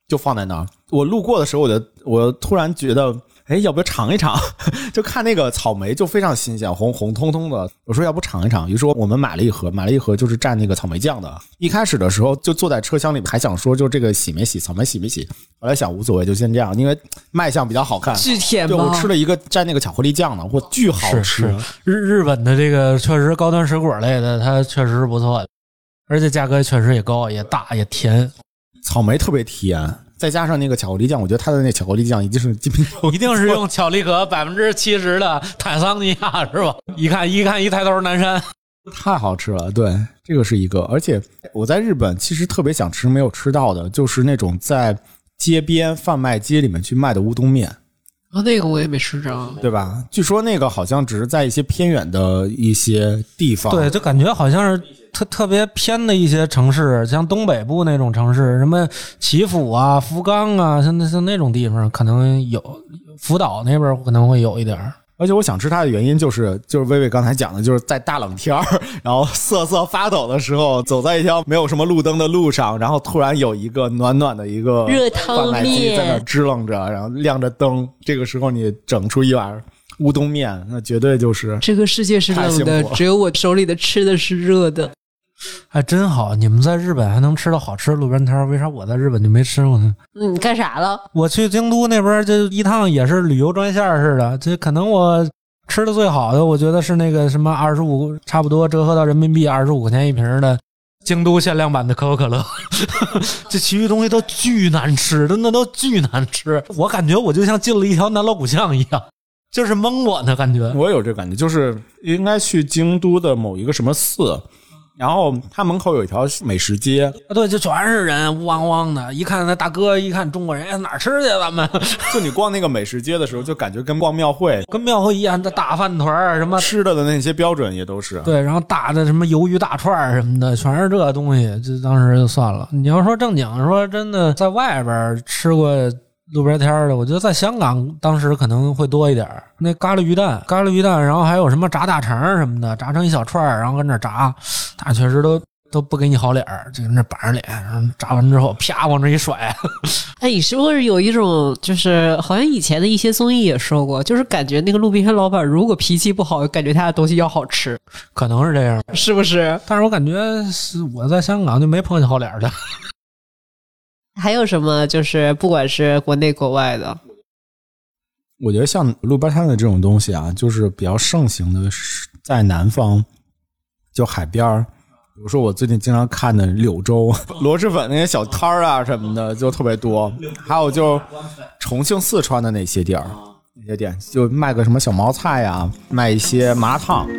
就放在那儿。我路过的时候，我突然觉得，哎，要不要尝一尝？就看那个草莓就非常新鲜，红彤彤的。我说要不尝一尝，于是我们买了一盒就是蘸那个草莓酱的。一开始的时候就坐在车厢里还想说，就这个洗没洗，草莓洗没洗。后来想无所谓，就先这样，因为卖相比较好看。 巨甜吗？ 对，我吃了一个蘸那个巧克力酱的，哇，巨好吃。 是日本的这个确实高端水果类的，它确实是不错的，而且价格确实也高，也大也甜。 草莓特别甜。再加上那个巧克力酱，我觉得它的那巧克力酱一定是一定是用巧力可70%的坦桑尼亚是吧？一看一抬头南山， 太好吃了。对，这个是一个。而且我在日本其实特别想吃没有吃到的，就是那种在街边贩卖机里面去卖的乌冬面。 那个我也没吃着， 对吧？据说那个好像只是在一些偏远的一些地方， 对，就感觉好像是特别偏的一些城市，像东北部那种城市，什么岐阜啊、福冈啊，像那种地方可能有，福岛那边可能会有一点。 而且我想吃它的原因就是薇薇刚才讲的，就是在大冷天然后瑟瑟发抖的时候，走在一条没有什么路灯的路上，然后突然有一个暖暖的一个热汤面在那支棱着，然后亮着灯，这个时候你整出一碗乌冬面，那绝对就是这个世界是冷的，只有我手里的吃的是热的。 还真好，你们在日本还能吃到好吃的路边摊，为啥我在日本就没吃过呢？ 你干啥了？ 我去京都那边就一趟也是旅游专线似的，这可能我吃的最好的，我觉得是那个什么25，差不多折合到人民币25块钱一瓶的京都限量版的可口可乐。这其余东西都巨难吃，真的都巨难吃，我感觉我就像进了一条南锣鼓巷一样，就是蒙我的感觉。 我有这感觉，就是应该去京都的某一个什么寺，然后他门口有一条美食街， 对，就全是人，汪汪的。一看那大哥，一看中国人，哎，哪儿吃去咱们？ 就你逛那个美食街的时候，就感觉跟逛庙会， 跟庙会一样，这大饭团什么吃的那些标准也都是对，然后大的什么鱿鱼大串什么的，全是这东西，就当时就算了。你要说正经说真的，在外边吃过路边摊的，我觉得在香港当时可能会多一点。那咖喱鱼蛋，然后还有什么炸大肠什么的，炸成一小串，然后跟那炸，他确实都不给你好脸，就跟那板着脸，然后炸完之后啪往这一甩。 哎，你是不是有一种就是好像以前的一些综艺也说过，就是感觉那个路边摊老板如果脾气不好，感觉他的东西要好吃， 可能是这样， 是不是？ 但是我感觉我在香港就没碰见好脸的。 还有什么就是不管是国内国外的， 我觉得像路边摊的这种东西啊，就是比较盛行的在南方，就海边，比如说我最近经常看的柳州螺蛳粉那些小摊儿啊什么的就特别多，还有就重庆四川的那些店就卖个什么小毛菜啊，卖一些麻辣烫。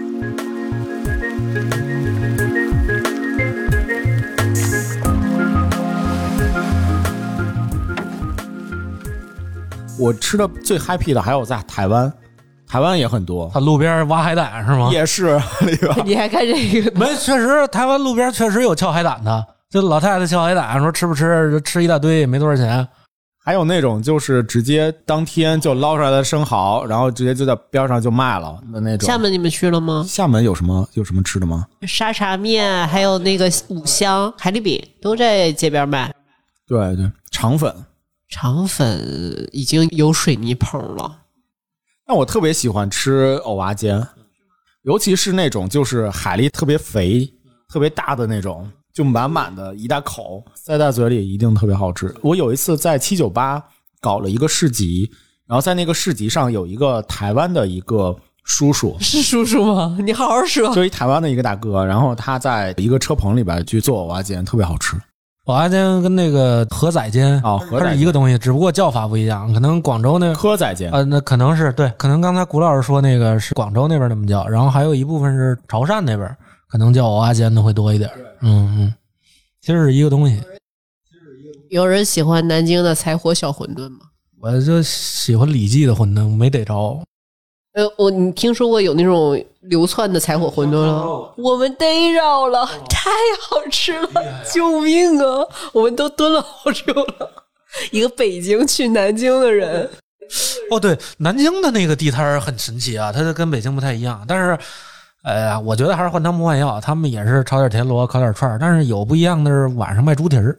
我吃的最 happy 的还有在台湾也很多， 他路边挖海胆是吗？ 也是。 你还看这个？ 没，确实台湾路边确实有撬海胆的，就老太太撬海胆，说吃不吃，就吃一大堆，没多少钱。 还有那种就是直接当天就捞出来的生蚝，然后直接就在边上就卖了的那种。 厦门你们去了吗？ 厦门有什么吃的吗？ 沙茶面，还有那个五香、海蛎饼都在街边卖。 对对，肠粉已经有水泥棚了。但我特别喜欢吃蚵仔煎，尤其是那种就是海蛎特别肥、特别大的那种，就满满的一大口，塞在嘴里一定特别好吃。我有一次在798搞了一个市集，然后在那个市集上有一个台湾的一个叔叔， 是叔叔吗？你好好说。 就一台湾的一个大哥，然后他在一个车棚里边去做蚵仔煎，特别好吃。 蚵仔煎跟那个蚵仔煎它是一个东西，只不过叫法不一样。可能广州那蚵仔煎那可能是对，可能刚才古老师说那个是广州那边那么叫，然后还有一部分是潮汕那边可能叫蚵仔煎的会多一点。其实是一个东西。 有人喜欢南京的柴火小馄饨吗？ 我就喜欢李记的馄饨，没逮着。 你听说过有那种流窜的柴火馄饨了？我们逮着了，太好吃了，救命啊！我们都蹲了好久了。一个北京去南京的人， 对，南京的那个地摊很神奇啊，它跟北京不太一样，但是我觉得还是换汤不换药，他们也是炒点田螺，烤点串，但是有不一样的是晚上卖猪蹄儿。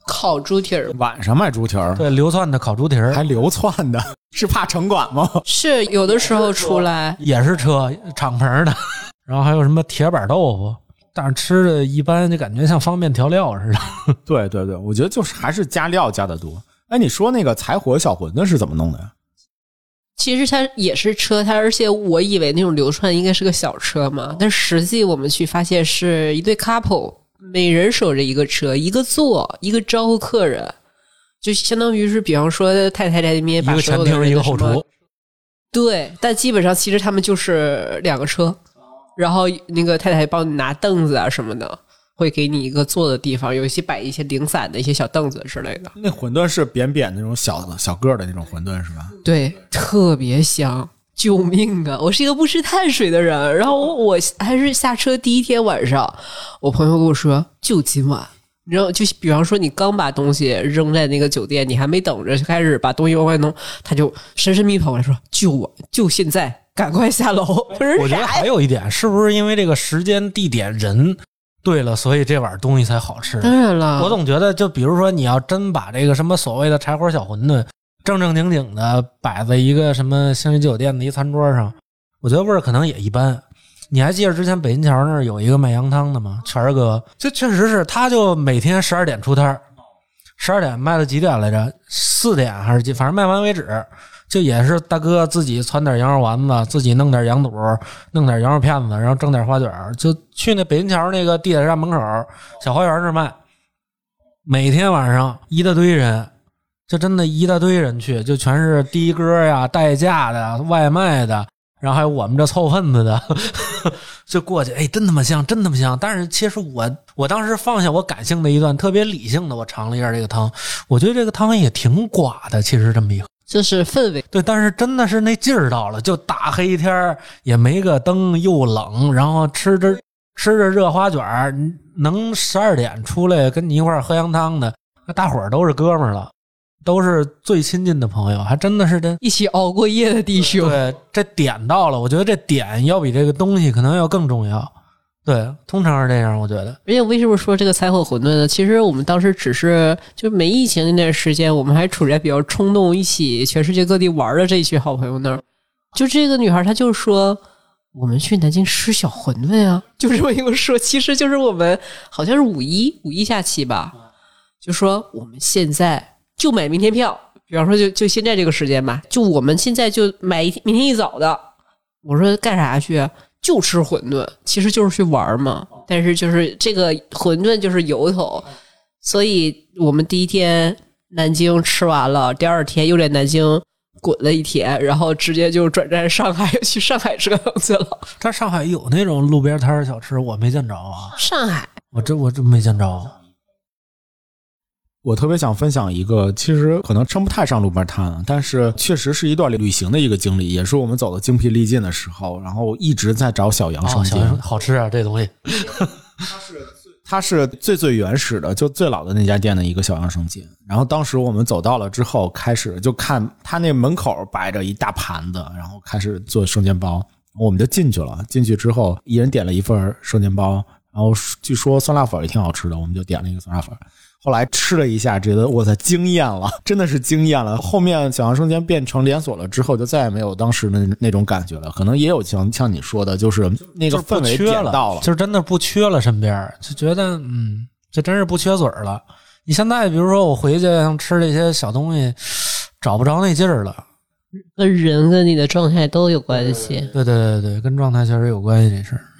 烤猪蹄儿， 晚上卖猪蹄儿， 对，流窜的烤猪蹄儿， 还流窜的，是怕城管吗？ 是有的时候出来也是车敞篷的，然后还有什么铁板豆腐，但是吃的一般就感觉像方便调料似的。 对对对，我觉得就是还是加料加的多。哎，你说那个柴火小馄饨是怎么弄的呀？ 其实它也是车，而且我以为那种流窜应该是个小车嘛，但实际我们去发现是一对 couple， 每人守着一个车，一个坐，一个招呼客人，就相当于是比方说太太在那边把所有的人一个前厅一个后厨， 对，但基本上其实他们就是2个车，然后那个太太帮你拿凳子啊什么的，会给你一个坐的地方，有一些摆一些零散的一些小凳子之类的。 那馄饨是扁扁那种小个的那种馄饨是吧？ 对，特别香，救命啊！我是一个不吃碳水的人，然后我还是下车第一天晚上，我朋友跟我说就今晚。然后就比方说你刚把东西扔在那个酒店，你还没等着就开始把东西往外弄，他就神神秘跑来说就现在赶快下楼。 我觉得还有一点，是不是因为这个时间地点人对了，所以这碗东西才好吃？ 当然了， 我总觉得就比如说你要真把这个什么所谓的柴火小馄饨正正经经的摆在一个什么星级酒店的一餐桌上，我觉得味儿可能也一般。你还记得之前北新桥那儿有一个卖羊汤的吗？权儿哥，这确实是，他就每天12点出摊，12点卖到几点来着？4点还是几？反正卖完为止。就也是大哥自己攒点羊肉丸子，自己弄点羊肚，弄点羊肉片子，然后蒸点花卷，就去那北新桥那个地铁站门口小花园那卖。每天晚上一大堆人，就真的一大堆人去，就全是的哥呀、代驾的、外卖的。然后还有我们这凑份子的就过去，哎，真他妈香，真他妈香。但是其实我当时放下我感性的一段，特别理性的我尝了一下这个汤，我觉得这个汤也挺寡的，其实这么一喝就是氛围。 对，但是真的是那劲儿到了，就大黑天也没个灯，又冷，然后吃着热花卷，能12点出来跟你一块儿喝羊汤的，那大伙儿都是哥们儿了。都是最亲近的朋友，还真的是一起熬过夜的弟兄。 对，这点到了，我觉得这点要比这个东西可能要更重要。对，通常是这样，我觉得。 而且为什么说这个柴火馄饨呢？其实我们当时只是就没疫情那段时间，我们还处在比较冲动，一起全世界各地玩的这一群好朋友那儿。就这个女孩，她就说我们去南京吃小馄饨啊，就这么一个说，其实就是我们好像是五一假期吧，就说我们现在。就买明天票，比方说就现在这个时间吧，就我们现在就买明天一早的。我说干啥去？就吃馄饨，其实就是去玩嘛。但是就是这个馄饨就是由头，所以我们第一天南京吃完了，第二天又在南京滚了一天，然后直接就转战上海，去上海折腾去了。 这上海有那种路边摊小吃，我没见着啊。 上海， 我真没见着。 我特别想分享一个，其实可能称不太上路边摊，但是确实是一段旅行的一个经历，也是我们走的精疲力尽的时候，然后一直在找小杨生煎。 好吃啊，这东西。 它是最原始的，就最老的那家店的一个小杨生煎。然后当时我们走到了之后，开始就看他那门口摆着一大盘子，然后开始做生煎包，我们就进去了。进去之后，一人点了一份生煎包，然后据说酸辣粉也挺好吃的，我们就点了一个酸辣粉。后来吃了一下，觉得我操，惊艳了，真的是惊艳了。后面小杨生煎变成连锁了之后，就再也没有当时的那种感觉了。可能也有像你说的，就是那个氛围点到了， 就是真的不缺了，身边就觉得这真是不缺嘴了。你现在比如说我回去像吃这些小东西，找不着那劲儿了。 跟人跟你的状态都有关系。 对，跟状态确实有关系这事。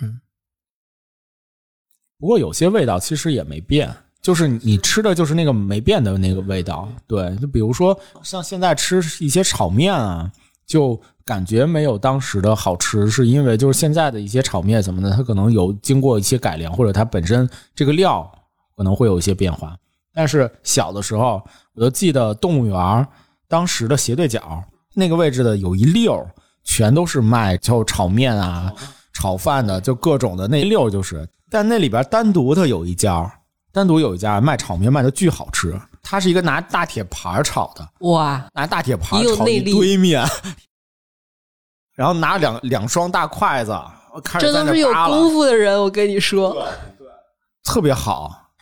不过有些味道其实也没变。就是你吃的就是那个没变的那个味道，对，就比如说像现在吃一些炒面啊，就感觉没有当时的好吃，是因为就是现在的一些炒面什么的，它可能有经过一些改良，或者它本身这个料可能会有一些变化。但是小的时候，我就记得动物园当时的斜对角那个位置的有一溜全都是卖就炒面啊、炒饭的，就各种的那一溜就是，但那里边单独有一家卖炒面卖的巨好吃，它是一个拿大铁盘炒的， 哇， 拿大铁盘炒一堆面，然后拿两双大筷子，开始在那扒了。 这都是有功夫的人，我跟你说， 对，特别好。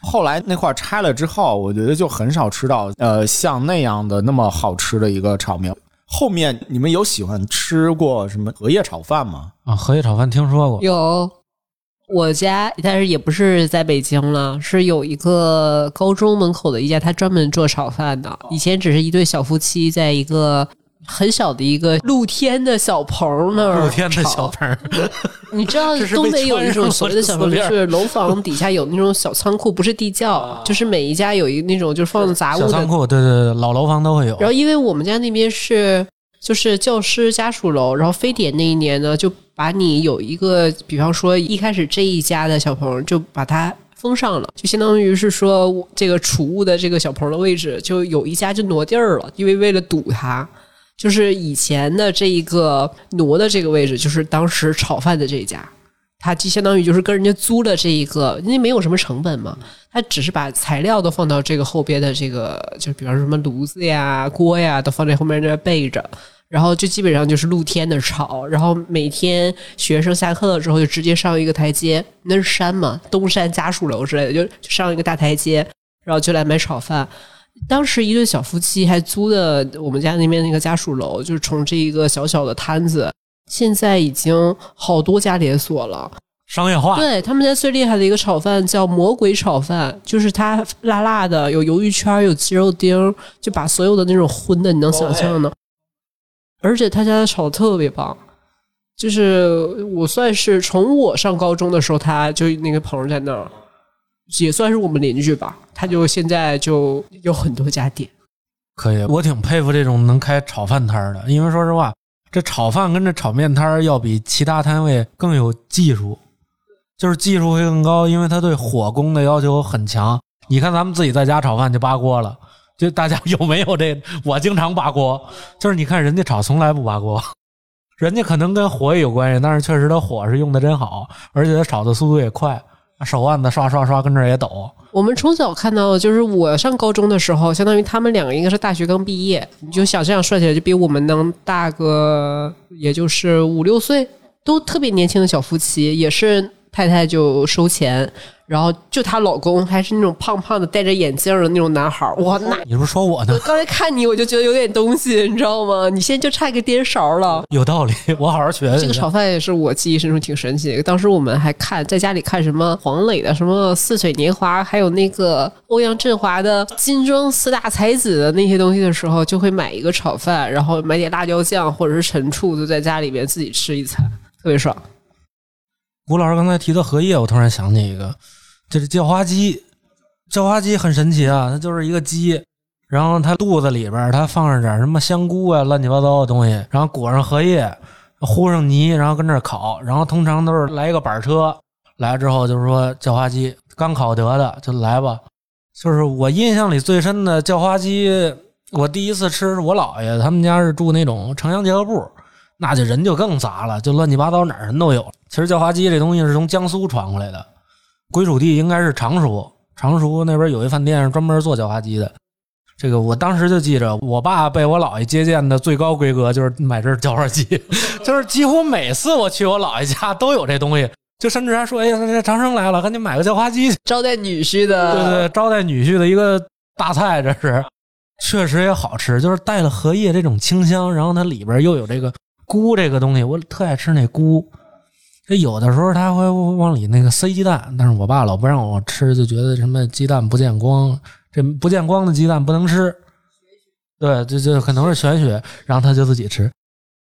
后来那块拆了之后，我觉得就很少吃到像那样的那么好吃的一个炒面。后面你们有喜欢吃过什么荷叶炒饭吗？ 啊，荷叶炒饭听说过。 有，我家但是也不是在北京了，是有一个高中门口的一家，他专门做炒饭的。以前只是一对小夫妻在一个很小的一个露天的小棚那儿， 露天的小棚。 你知道东北有一种所谓的小棚，就是楼房底下有那种小仓库，不是地窖，就是每一家有一那种就是放杂物的小仓库，对对对，老楼房都会有。 然后因为我们家那边就是教师家属楼，然后非典那一年呢，就把你有一个，比方说一开始这一家的小棚就把它封上了，就相当于是说这个储物的这个小棚的位置，就有一家就挪地儿了，因为为了堵它。就是以前的这一个挪的这个位置，就是当时炒饭的这一家，他就相当于就是跟人家租了这一个，因为没有什么成本嘛，他只是把材料都放到这个后边的这个，就比方说什么炉子呀、锅呀，都放在后面那备着，然后就基本上就是露天的炒，然后每天学生下课了之后就直接上一个台阶，那是山嘛，东山家属楼之类的，就上一个大台阶，然后就来买炒饭。当时一对小夫妻还租的我们家那边那个家属楼，就是从这一个小小的摊子，现在已经好多家连锁了， 商业化。 对，他们家最厉害的一个炒饭叫魔鬼炒饭，就是它辣辣的，有鱿鱼圈，有鸡肉丁，就把所有的那种荤的你能想象的，而且他家的炒的特别棒。就是我算是从我上高中的时候，他就那个棚在那儿，也算是我们邻居吧。他就现在就有很多家店。 可以，我挺佩服这种能开炒饭摊的，因为说实话，这炒饭跟这炒面摊要比其他摊位更有技术，就是技术会更高，因为他对火功的要求很强。你看咱们自己在家炒饭就扒锅了，就大家有没有这？我经常扒锅，就是你看人家炒从来不扒锅，人家可能跟火也有关系，但是确实他火是用的真好，而且他炒的速度也快，手腕子刷刷刷跟这儿也抖。 我们从小看到的就是我上高中的时候，相当于他们两个应该是大学刚毕业，你就想这样算起来就比我们能大个也就是5、6岁，都特别年轻的小夫妻，也是太太就收钱，然后就她老公还是那种胖胖的戴着眼镜的那种男孩。哇，那你是不是说我呢？ 我刚才看你我就觉得有点东西，你知道吗？你现在就差一个颠勺了。 有道理，我好好学。 这个炒饭也是我记忆深处挺神奇的。当时我们还在家里看什么黄磊的什么似水年华，还有那个欧阳震华的金装4大才子的那些东西的时候，就会买一个炒饭，然后买点辣椒酱或者是陈醋，就在家里面自己吃一餐，特别爽。 吴老师刚才提到荷叶，我突然想起一个，就是叫花鸡。叫花鸡很神奇啊，它就是一个鸡，然后它肚子里边它放上点什么香菇啊乱七八糟的东西，然后裹上荷叶，糊上泥，然后跟这儿烤，然后通常都是来一个板车，来之后就是说叫花鸡刚烤得的就来吧。就是我印象里最深的叫花鸡，我第一次吃是我姥爷他们家是住那种城乡结合部，那就人就更杂了，就乱七八糟哪儿人都有。其实叫花鸡这东西是从江苏传过来的，归属地应该是常熟，常熟那边有一饭店是专门做叫花鸡的。这个我当时就记着，我爸被我姥爷接见的最高规格就是买这叫花鸡，就是几乎每次我去我姥爷家都有这东西，就甚至还说，哎呀，这长生来了，赶紧买个叫花鸡， 招待女婿的。 对对，招待女婿的一个大菜，这是确实也好吃，就是带了荷叶这种清香，然后它里边又有这个菇这个东西，我特爱吃那菇。这有的时候他会往里那个塞鸡蛋，但是我爸老不让我吃，就觉得什么鸡蛋不见光，这不见光的鸡蛋不能吃。对，这可能是玄学，然后他就自己吃。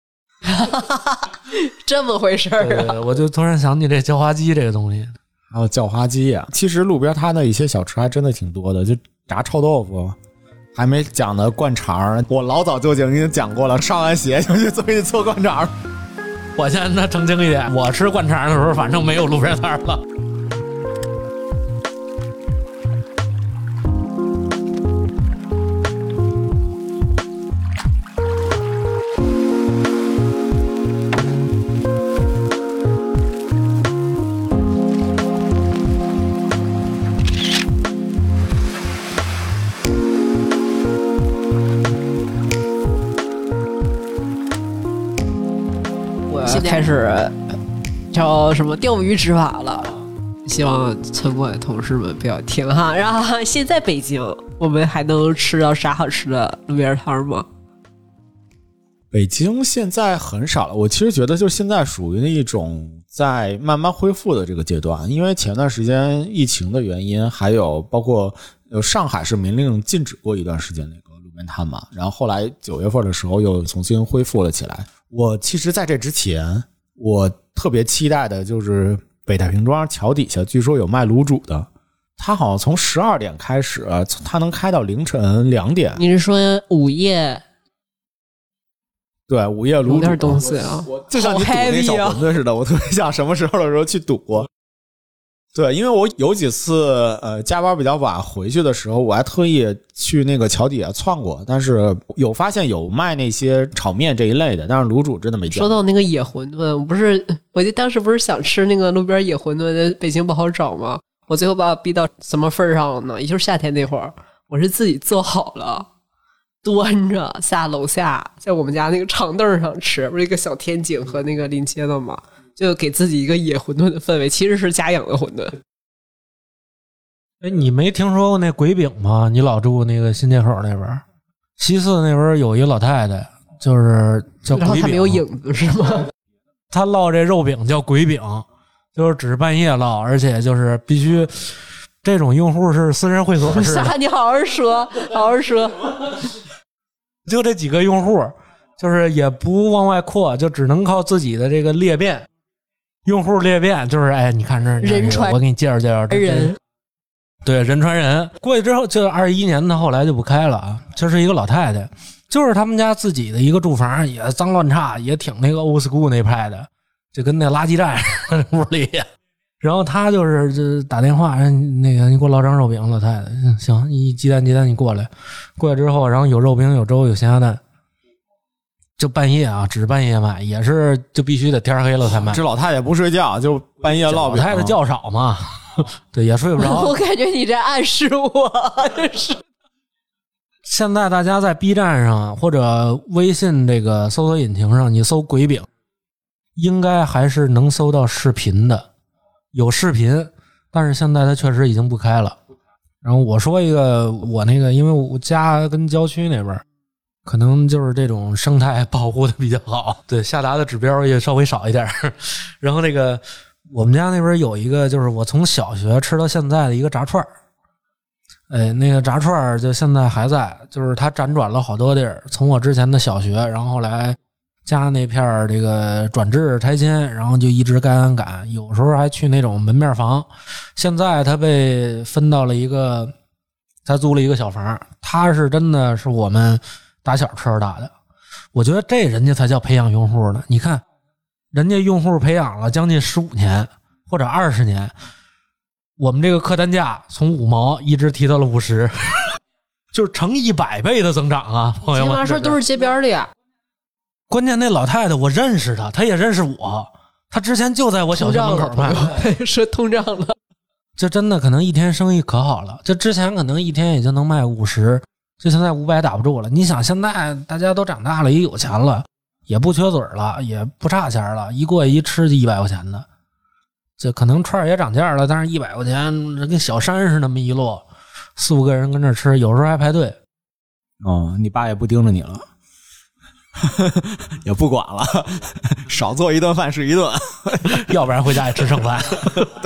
这么回事儿啊！ 对，我就突然想起这叫花鸡这个东西。 还有叫花鸡呀，其实路边摊的一些小吃还真的挺多的，就炸臭豆腐，还没讲的灌肠，我老早就已经讲过了，上完鞋就去给你做灌肠。 我现在澄清一点，我吃灌肠的时候反正没有路边摊了。 现在开始叫什么钓鱼执法了， 希望村过的同事们不要听哈。然后现在北京，我们还能吃到啥好吃的路边摊吗？ 北京现在很少了，我其实觉得就现在属于那一种在慢慢恢复的这个阶段，因为前段时间疫情的原因，还有包括上海是明令禁止过一段时间那个路边摊嘛，然后后来9月份的时候又重新恢复了起来。我其实在这之前，我特别期待的就是北太平庄桥底下据说有卖卤煮的，它好像从12点开始，它能开到凌晨2点。 你是说午夜？ 对，午夜卤煮点东西啊， 就像你赌那小馄饨似的，我特别想什么时候的时候去赌。对，因为我有几次加班比较晚回去的时候，我还特意去那个桥底下窜过，但是有发现有卖那些炒面这一类的，但是卤煮真的没见。 说到那个野馄饨，我当时不是想吃那个路边野馄饨，在北京不好找吗？我最后把我逼到什么份上了呢？也就是夏天那会儿，我是自己做好了。端着下楼下，在我们家那个长凳上吃，不是一个小天井和那个临街的嘛，就给自己一个野馄饨的氛围，其实是家养的馄饨。 哎，你没听说过那鬼饼吗？你老住那个新街口那边，西四那边有一个老太太，就是叫鬼饼， 然后她没有影子是吗？ 她烙这肉饼叫鬼饼，就是只是半夜烙，而且就是必须。这种用户是私人会所似的， 你好好说，好好说。 就这几个用户，就是也不往外扩，就只能靠自己的这个裂变。用户裂变就是，哎，你看这人传， 我给你介绍介绍这人。对，人传人。过去之后，就21年的后来就不开了啊，就是一个老太太，就是他们家自己的一个住房，也脏乱差，也挺那个 old school 那派的，就跟那垃圾站屋里。然后他就打电话，那个你给我烙张肉饼，老太太，行，你鸡蛋你过来之后，然后有肉饼有粥有咸鸭蛋，就半夜啊，只半夜卖，也是就必须得天黑了才卖。 这老太太不睡觉，就半夜烙饼。 老太太觉少嘛，对，也睡不着。 我感觉你在暗示我，是。 现在大家在 B 站上或者微信这个搜索引擎上，你搜鬼饼，应该还是能搜到视频的。有视频，但是现在它确实已经不开了。然后我说一个，我那个因为我家跟郊区那边可能就是这种生态保护的比较好，对，下达的指标也稍微少一点。然后那个我们家那边有一个就是我从小学吃到现在的一个炸串，哎，那个炸串就现在还在，就是它辗转了好多地儿，从我之前的小学，然后后来家那片这个转制拆迁，然后就一直赶，有时候还去那种门面房。现在他被分到了一个，他租了一个小房，他是真的是我们打小吃大的。我觉得这人家才叫培养用户呢。你看，人家用户培养了将近15年或者20年，我们这个客单价从5毛一直提到了50，就是成100倍的增长啊！朋友们， 起码说都是街边的呀。 关键那老太太我认识她，她也认识我，她之前就在我小学门口卖， 说通胀了， 这真的可能一天生意可好了，这之前可能一天也就能卖50，这现在500打不住了。你想现在大家都长大了，也有钱了，也不缺嘴了，也不差钱了，一过一吃就100块钱的，这可能串也涨价了，但是100块钱跟小山似的那么一摞，4、5个人跟这吃，有时候还排队。 哦，你爸也不盯着你了。也不管了，少做一顿饭是一顿， 要不然回家也吃剩饭。 对。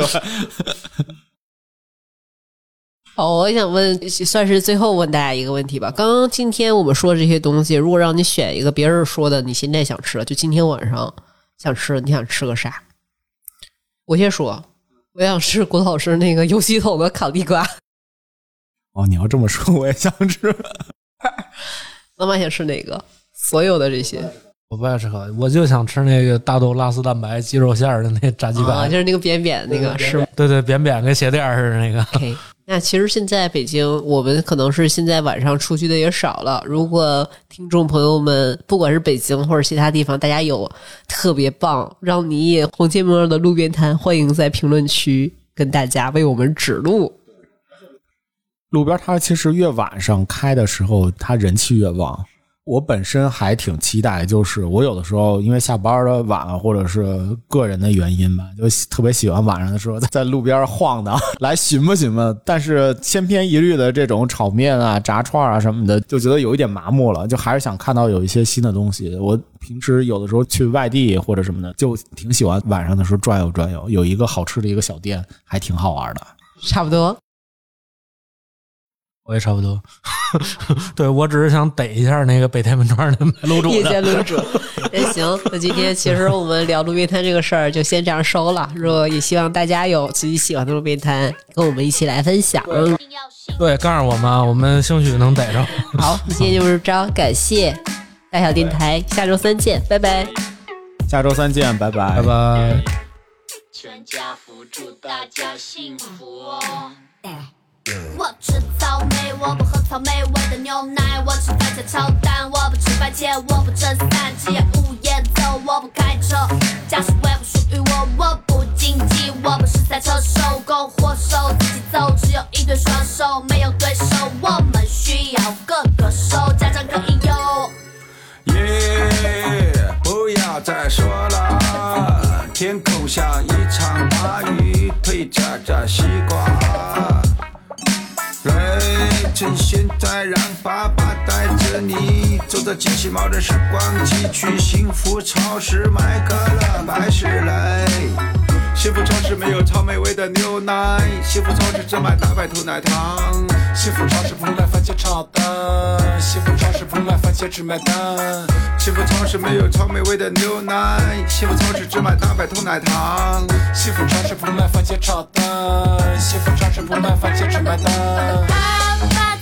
好，我想问，算是最后问大家一个问题吧。刚刚今天我们说的这些东西，如果让你选一个别人说的你现在想吃的，就今天晚上想吃的，你想吃个啥？我先说，我想吃郭老师那个有系统的烤地瓜。 哦，你要这么说，我也想吃。 妈妈想吃哪个？所有的这些我不爱吃烤，我就想吃那个大豆拉丝蛋白鸡肉馅的那炸鸡排， 就是那个扁扁的那个，是吗？ 对，扁扁跟鞋垫似的那个。 OK， 那其实现在北京，我们可能是现在晚上出去的也少了。如果听众朋友们，不管是北京或者其他地方，大家有特别棒让你也红街门的路边摊，欢迎在评论区跟大家为我们指路。 路边摊其实越晚上开的时候，它人气越旺。 我本身还挺期待，就是我有的时候因为下班的晚了，或者是个人的原因吧，就特别喜欢晚上的时候在路边晃荡来寻摸寻摸。但是千篇一律的这种炒面啊、炸串啊什么的，就觉得有一点麻木了，就还是想看到有一些新的东西。我平时有的时候去外地或者什么的，就挺喜欢晚上的时候转悠转悠，有一个好吃的一个小店，还挺好玩的。 差不多。 我也差不多，对，我只是想逮一下那个北太门庄的卖卤煮的。 夜间卤煮，行，那今天其实我们聊路边摊这个事儿就先这样收了。如果也希望大家有自己喜欢的路边摊，跟我们一起来分享。 对，告诉我们，我们兴许能逮着。 好，今天就是这样，感谢大小电台，下周三见，拜拜。 下周三见，拜拜， 拜拜。 全家福，祝大家幸福哦。我吃草莓，我不喝草莓味的牛奶。我吃番茄炒蛋，我不吃番茄，我不撑伞，只要午夜走，我不开车。驾驶位不属于我，我不经济，我不是赛车手，供货手自己走，只有一对双手，没有对手。我们需要个歌手，家长可以有。 不要再说了，天空像一场大雨，腿夹着西瓜。趁现在让爸爸带着你走到机器猫的时光机，去幸福超市买可乐百事类。幸福超市没有草莓味的牛奶，幸福超市只买大白兔奶糖。幸福超市不买番茄炒蛋，幸福超市不买番茄只买蛋。幸福超市没有草莓味的牛奶，幸福超市只买大白兔奶糖。幸福超市不买番茄炒蛋，幸福超市不买番茄只买蛋。